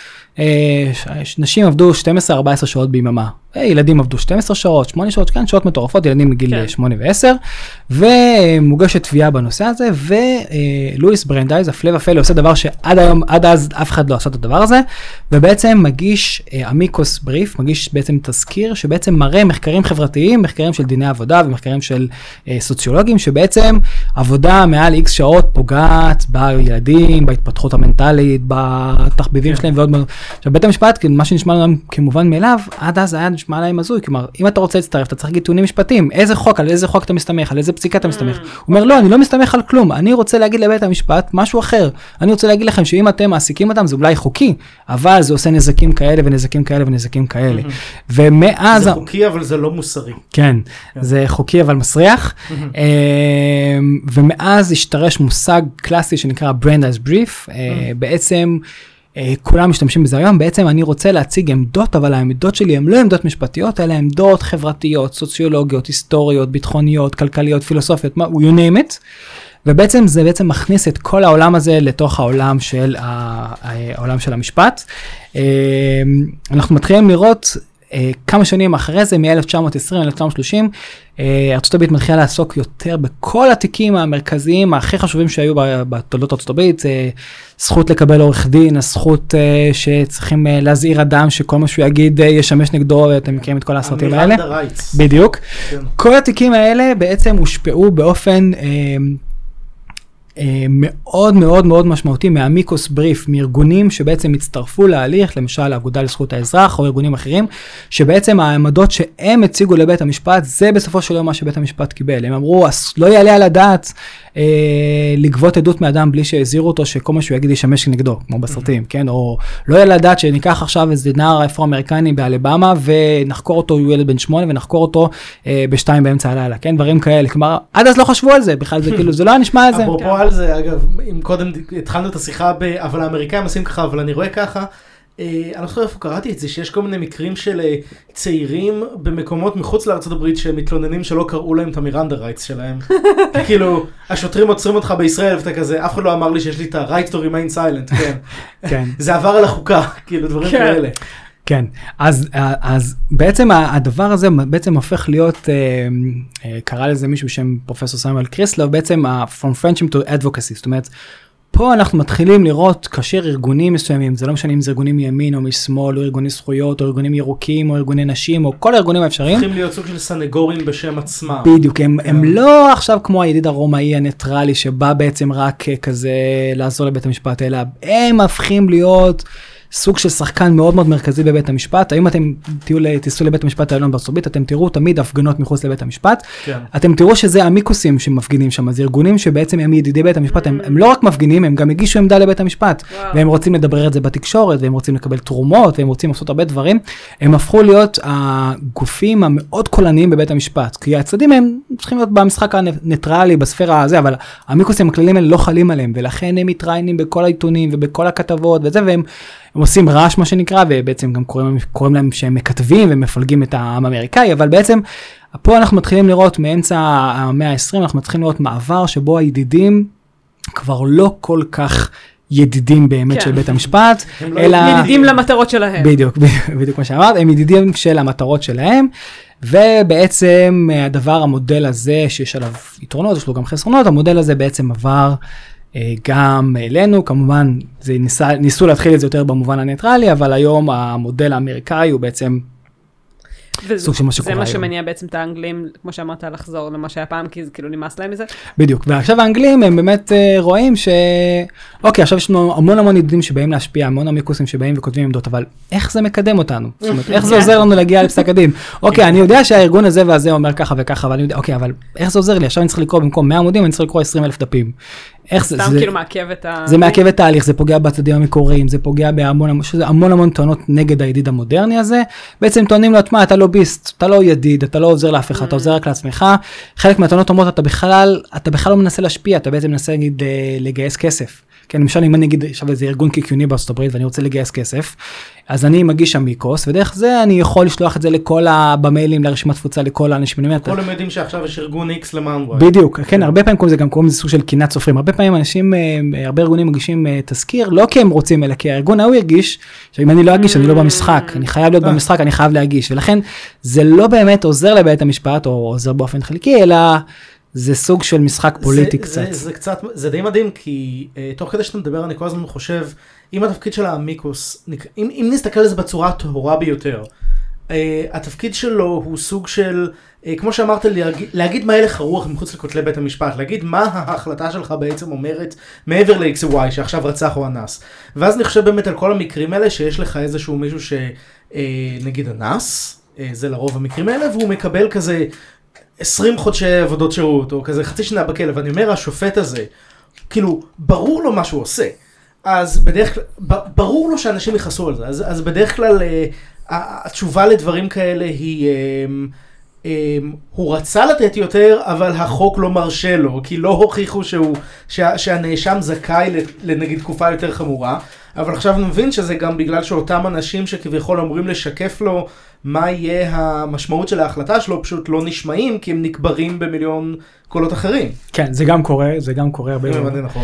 נשים עבדו 12-14 שעות ביממה. ילדים עבדו 12 שעות, 8 שעות, כן, שעות מטורפות, ילדים מגיל 8 ו-10, ומוגשת תביעה בנושא הזה, ולואיס ברנדייס, הפלא ופלא, עושה דבר שעד אז אף אחד לא עשה את הדבר הזה, ובעצם מגיש אמיקוס בריף, מגיש בעצם תזכיר, שבעצם מראה מחקרים חברתיים, מחקרים של דיני עבודה, ומחקרים של סוציולוגים, שבעצם עבודה מעל X שעות פוגעת בילדים, בהתפתחות המנטלית, בתחביבים שלהם ועוד מאוד. עכשיו, בית המשפט, מה שנשמע לנו כמובן מאליו, עד אז היה נשמע להם הזוי, כלומר, אם אתה רוצה להצטרף, אתה צריך להגיד טיעונים משפטיים, על איזה חוק אתה מסתמך, על איזה פסיקה אתה מסתמך. הוא אומר, לא, אני לא מסתמך על כלום, אני רוצה להגיד לבית המשפט משהו אחר, אני רוצה להגיד לכם שאם אתם מעסיקים אותם, זה אולי חוקי, אבל זה עושה נזקים כאלה ונזקים כאלה ונזקים כאלה. ומאז... זה חוקי, אבל זה לא מוסרי. כן, זה חוקי, אבל מסריח. ומאז השתרש מושג קלאסי שנקרא ברנדייס בריף, בעצם כולם משתמשים בזה היום, בעצם אני רוצה להציג עמדות, אבל העמדות שלי הן לא עמדות משפטיות, אלא עמדות חברתיות, סוציולוגיות, היסטוריות, ביטחוניות, כלכליות, פילוסופיות, you name it, ובעצם זה בעצם מכניס את כל העולם הזה לתוך העולם של המשפט. אנחנו מתחילים לראות כמה שנים אחרי זה, מ-1920-1930, ארצות הברית מתחילה לעסוק יותר בכל התיקים המרכזיים, הכי חשובים שהיו בתולדות ארצות הברית, זכות לקבל עורך דין, הזכות שצריכים להזהיר אדם שכל מה שהוא יגיד ישמש נגדו, אתם מכירים את כל הסרטים האלה. בדיוק. כל התיקים האלה בעצם הושפעו באופן מאוד מאוד מאוד משמעותי מהמיקוס בריף, מארגונים שבעצם הצטרפו להליך, למשל האגודה לזכות האזרח או ארגונים אחרים, שבעצם העמדות שהם הציגו לבית המשפט, זה בסופו של יום מה שבית המשפט קיבל. הם אמרו, לא יעלה על הדעת לגבות עדות מאדם בלי שהזהירו אותו שכל מה שהוא יגיד ישמש נגדו, כמו בסרטים, כן? או לא יעלה על הדעת שניקח עכשיו איזה נער אפרו-אמריקני באלבמה ונחקור אותו, הוא ילד בן 8 ונחקור אותו ב2 באמצע הלילה, כן? דברים כאלה. כלומר, עד אז לא חשבו על זה, בכלל זה כאילו, זה לא היה נשמע על זה. אפרופו על זה, אגב, אם קודם התחלנו את השיחה אבל האמריקאים עושים ככה, אבל אני רואה ככה, אני לא חושב איפה קראתי את זה, שיש כל מיני מקרים של צעירים במקומות מחוץ לארצות הברית שמתלוננים שלא קראו להם את המירנדה רייטס שלהם. כאילו, השוטרים עוצרים אותך בישראל ואתה כזה, אף אחד לא אמר לי שיש לי את ה-right to remain silent, כן. זה עבר על החוקה, כאילו דברים כאלה. כן, אז בעצם הדבר הזה בעצם הופך להיות, קרא לזה מישהו בשם פרופסור סמואל קריסלר, בעצם From Friendship to Advocacy, זאת אומרת, פה אנחנו מתחילים לראות כאשר ארגונים מסוימים, זה לא משנה אם זה ארגונים מימין או משמאל, או ארגוני זכויות, או ארגונים ירוקים, או ארגוני נשים, או כל הארגונים האפשריים. צריכים להיות סוג של סנגורים בשם עצמם. בדיוק, הם לא עכשיו כמו הידיד הרומאי הניטרלי, שבא בעצם רק כזה לעזור לבית המשפט, אלא הם הופכים להיות סוג של שחקן מאוד מאוד מרכזי בבית המשפט. היום אתם תיסעו לבית המשפט העליון בארצות הברית, אתם תראו תמיד הפגנות מחוץ לבית המשפט. כן. אתם תראו שזה המיקוסים שמפגינים שם, זה ארגונים שבעצם הם ידידי בית המשפט, הם לא רק מפגינים, הם גם הגישו עמדה לבית המשפט, והם רוצים לדבר את זה בתקשורת, והם רוצים לקבל תרומות, והם רוצים לעשות הרבה דברים. הם הפכו להיות הגופים המאוד קולניים בבית המשפט, כי הצדדים הם צריכים להיות במשחק הניטרלי, בספירה הזה, אבל המיקוסים הכלליים האלה לא חלים עליהם, ולכן הם מתראיינים בכל העיתונים ובכל הכתבות וזה, והם עושים רעש מה שנקרא, ובעצם גם קוראים להם שהם מכתבים ומפלגים את העם האמריקאי, אבל בעצם פה אנחנו מתחילים לראות מאמצע המאה ה-20, אנחנו מתחילים לראות מעבר שבו הידידים כבר לא כל כך ידידים באמת של בית המשפט, אלא ידידים למטרות שלהם. בדיוק מה שאמרת, הם ידידים של המטרות שלהם, ובעצם המודל הזה שיש עליו יתרונות, יש לו גם חסרונות, המודל הזה בעצם עבר גם אלינו, כמובן ניסו להתחיל את זה יותר במובן הניטרלי, אבל היום המודל האמריקאי הוא בעצם סוג של מה שקורה היום. זה מה שמניע בעצם את האנגלים, כמו שאמרת, לחזור למה שהיה פעם, כי זה כאילו נמאס להם מזה. בדיוק, ועכשיו האנגלים הם באמת רואים אוקיי, עכשיו יש לנו המון ידידים שבאים להשפיע, המון המיקוסים שבאים וכותבים עמדות, אבל איך זה מקדם אותנו? זאת אומרת, איך זה עוזר לנו להגיע לפסק הדין? אוקיי, אני יודע שהארגון הזה והזה אומר ככה וככה, אבל אני יודע, אוקיי, אבל איך זה עוזר לי? עכשיו אני צריך לקרוא במקום 100 עמודים, אני צריך לקרוא 20,000 דפים. סתם כאילו מעכב את זה מעכב את ההליך, זה פוגע בצדדים המקוריים, זה פוגע בהמון טענות נגד הידיד המודרני הזה. בעצם טוענים לו, אתה לוביסט, אתה לא ידיד, אתה לא עוזר לאף אחד, אתה עוזר רק לעצמך. חלק מהטענות אומרות, אתה בכלל לא מנסה להשפיע, אתה בעצם מנסה לגייס כסף. כן, למשל, אם אני אגיד עכשיו איזה ארגון קיקיוני בארצות הברית ואני רוצה לגייס כסף, אז אני מגיש שם מיקוס, ודרך זה אני יכול לשלוח את זה במיילים, לרשימת תפוצה, לכל האנשים. כל הם יודעים שעכשיו יש ארגון X למען. בדיוק, כן, הרבה פעמים זה גם קוראים לזה סוג של קינת סופרים. הרבה פעמים הרבה ארגונים מגישים תזכיר, לא כי הם רוצים, אלא כי הארגון ההוא ירגיש, שאם אני לא אגיש, אני לא במשחק, אני חייב להיות במשחק, אני חייב להגיש, ולכן זה לא באמת עוזר לבית המשפט, או עוזר באופן חלקי, אלא זה סוג של משחק פוליטי קצת. זה די מדהים, כי תוך כדי שאתה מדבר, אני כל הזמן חושב, אם התפקיד של המיקוס, אם נסתכל על זה בצורה הטהורה ביותר, התפקיד שלו הוא סוג של, כמו שאמרת, להגיד מה הלך הרוח מחוץ לכותלי בית המשפט, להגיד מה ההחלטה שלך בעצם אומרת מעבר ל-X או Y שעכשיו רצח או אנס. ואז אני חושב באמת על כל המקרים האלה, שיש לך איזשהו מישהו שנגיד אנס, זה לרוב המקרים האלה, והוא מקבל כזה 20 חודשי עבודות שירות, או כזה חצי שנה בכלא, ואני אומר, השופט הזה, כאילו, ברור לו מה שהוא עושה. אז בדרך כלל, ברור לו שאנשים יכעסו על זה. אז בדרך כלל, התשובה לדברים כאלה היא, הוא רצה לתת יותר, אבל החוק לא מרשה לו, כי לא הוכיחו שהנאשם זכאי לנגיד תקופה יותר חמורה. אבל עכשיו אני מבין שזה גם בגלל שאותם אנשים שכביכול אומרים לשקף לו מה יהיה המשמעות של ההחלטה שלו, פשוט לא נשמעים, כי הם נקברים במיליון קולות אחרים. כן, זה גם קורה הרבה. זה נכון.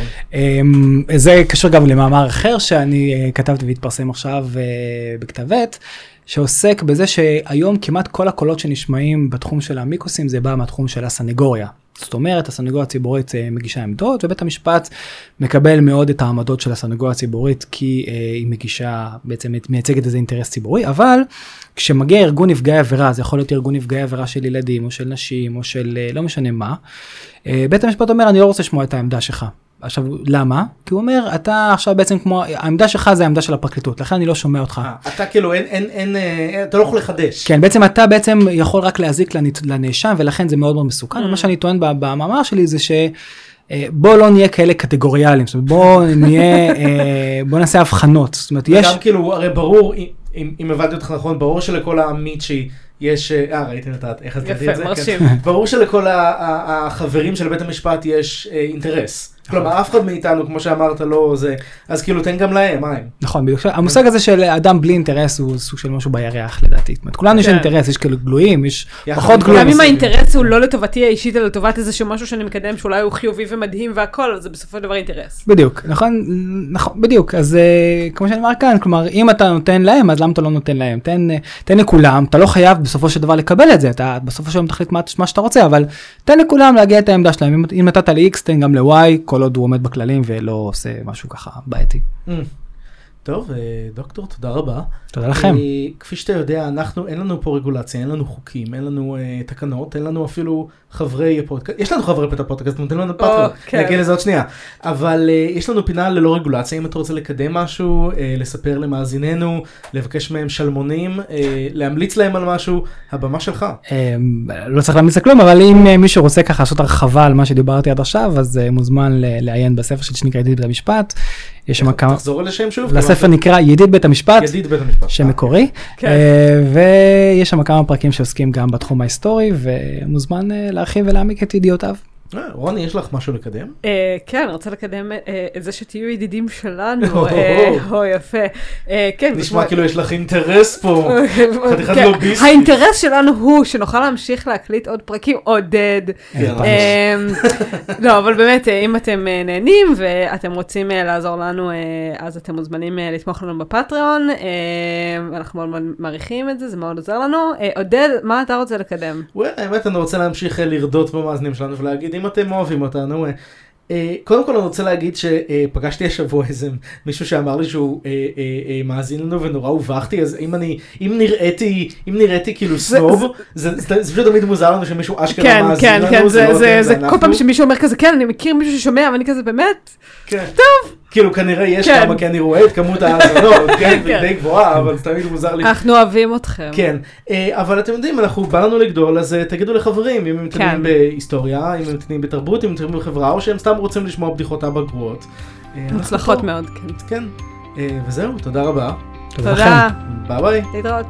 זה קשור גם למאמר אחר שאני כתבתי והתפרסם עכשיו בכתב עת, שעוסק בזה שהיום כמעט כל הקולות שנשמעים בתחום של המיקוסים, זה בא מהתחום של הסנגוריה. זאת אומרת, הסנגוריה הציבורית מגישה עמדות, ובית המשפט מקבל מאוד את העמדות של הסנגוריה הציבורית, כי היא מגישה, בעצם מייצגת איזה אינטרס ציבורי, אבל כשמגיע ארגון נפגעי עבירה, זה יכול להיות ארגון נפגעי עבירה של ילדים, או של נשים, או של לא משנה מה, בית המשפט אומר, אני לא רוצה לשמוע את העמדה שלך. עכשיו, למה? כי הוא אומר, אתה עכשיו בעצם כמו, העמדה שלך זה העמדה של הפרקליטות, לכן אני לא שומע אותך. אתה כאילו, אתה לא יכול לחדש. כן, בעצם אתה בעצם יכול רק להזיק לנאשם, ולכן זה מאוד מאוד מסוכן. מה שאני טוען במאמר שלי זה בוא לא נהיה כאלה קטגוריאליים, זאת אומרת, בוא נעשה הבחנות. זאת אומרת, יש... וגם כאילו, הרי ברור, אם הבנתי אותך נכון, ברור שלכל המיצ'י יש, ראיתי איך את קראתי את זה? יפה, מרשים. ברור שלכל החברים של בית המשפט יש אינטרס. כלומר, אף אחד מאיתנו, כמו שאמרת, לא זה, אז כאילו תן גם להם, מה הם? נכון, בדיוק. המושג הזה של אדם בלי אינטרס הוא סוג של משהו בירח, לדעתי. זאת אומרת, כולנו יש אינטרס, יש כאילו גלויים, יש פחות גלויים. גם אם האינטרס הוא לא לטובתי האישית, אלא לטובת איזשהו משהו שאני מקדם, שאולי הוא חיובי ומדהים והכל, זה בסופו של דבר אינטרס. בדיוק, נכון, בדיוק. אז כמו שאני אומר כאן, כלומר, אם אתה נותן להם, אז למה אתה לא נותן להם? תן לכולם, אתה לא חייב בסופו של דבר לקבל את זה, אתה בסופו של דבר תחליט מה שאתה רוצה, אבל תן לכולם להגיע את העמדה שלהם. אם נתת ל-X, תן גם ל-Y, כל עוד הוא עומד בכללים ולא עושה משהו ככה בעייתי. טוב, דוקטור, תודה רבה. תודה לכם. כפי שאתה יודע, אין לנו פה רגולציה, אין לנו חוקים, אין לנו תקנות, אין לנו אפילו חברי פודקאסט, יש לנו חברי פודקאסט, נותן לנו פטריון, נגיע לזה עוד שנייה, אבל יש לנו פינה ללא רגולציה, אם אתה רוצה לקדם משהו, לספר למאזיננו, לבקש מהם שלמונים, להמליץ להם על משהו, הבמה שלך. לא צריך להמליץ כלום, אבל אם מישהו רוצה ככה לעשות הרחבה על מה שדיברתי עד עכשיו, אז מוזמן לעיין בספר של שנקרא ידיד בית המשפט. תחזור על השם שוב. לספר נקרא ידיד בית המשפט. ידיד בית המשפט. שמקורי, ויש שם כמה פרקים שעוסקים גם בתחום ההיסטורי, ומוזמן להרחיב ולהעמיק את ידיעותיו. רוני, יש לך משהו לקדם? כן, אני רוצה לקדם את זה שתהיו ידידים שלנו. יפה. נשמע כאילו יש לך אינטרס פה. חתיכת לוביסטי. האינטרס שלנו הוא שנוכל להמשיך להקליט עוד פרקים, עודד. לא, אבל באמת, אם אתם נהנים ואתם רוצים לעזור לנו, אז אתם מוזמנים לתמוך לנו בפטריון. אנחנו מאוד מעריכים את זה, זה מאוד עוזר לנו. עודד, מה אתה רוצה לקדם? האמת, אני רוצה להמשיך לרדות במאזינים שלנו ולהגיד, אם אתם אוהבים אותנו, קודם כל אני רוצה להגיד שפגשתי השבוע איזה מישהו שאמר לי שהוא מאזין לנו ונורא הובכתי, אז אם נראיתי כאילו סנוב, זה פשוט תמיד מוזר לנו שמישהו אשכרה מאזין לנו, זה כל פעם שמישהו אומר כזה, כן, אני מכיר מישהו ששומע, ואני כזה באמת, טוב. כאילו כנראה יש כמה, כי אני רואה את כמות האזנות, כן, די גבוהה, אבל זה תמיד מוזר לי. אנחנו אוהבים אתכם. כן, אבל אתם יודעים, אנחנו בא לנו לגדול, אז תגידו לחברים, אם הם מתעניינים בהיסטוריה, אם הם מתעניינים בתרבות, אם הם מתעניינים בחברה, או שהם סתם רוצים לשמוע בדיחות אבא גרועות. מוצלחות מאוד, כן. וזהו, תודה רבה. תודה. ביי ביי. להתראות.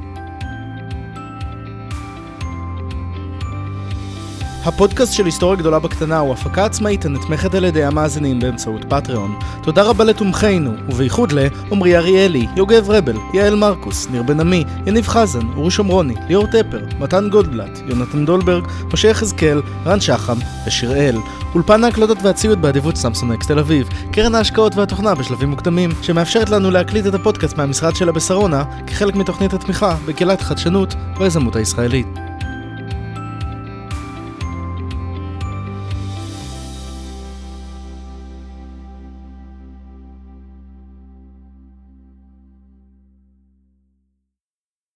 הפודקאסט של היסטוריה גדולה בקטנה הוא הפקה עצמאית הנתמכת על ידי המאזינים באמצעות פטריון. תודה רבה לתומכינו, ובייחוד לעומרי אריאלי, יוגב רבל, יעל מרקוס, ניר בן עמי, יניב חזן, אורי שומרוני, ליאור טפר, מתן גולדבלט, יונתן דולברג, משה יחזקאל, רן שחם ושיראל. אולפן ההקלטות והציוד באדיבות סמסון אקס תל אביב, קרן ההשקעות והתוכנה בשלבים מוקדמים, שמאפשרת לנו להקליט את הפודקאסט מהמשרד שלה בשרונה, כחלק מתוכנית התמיכה בקהילת החדשנות והיזמות הישראלית.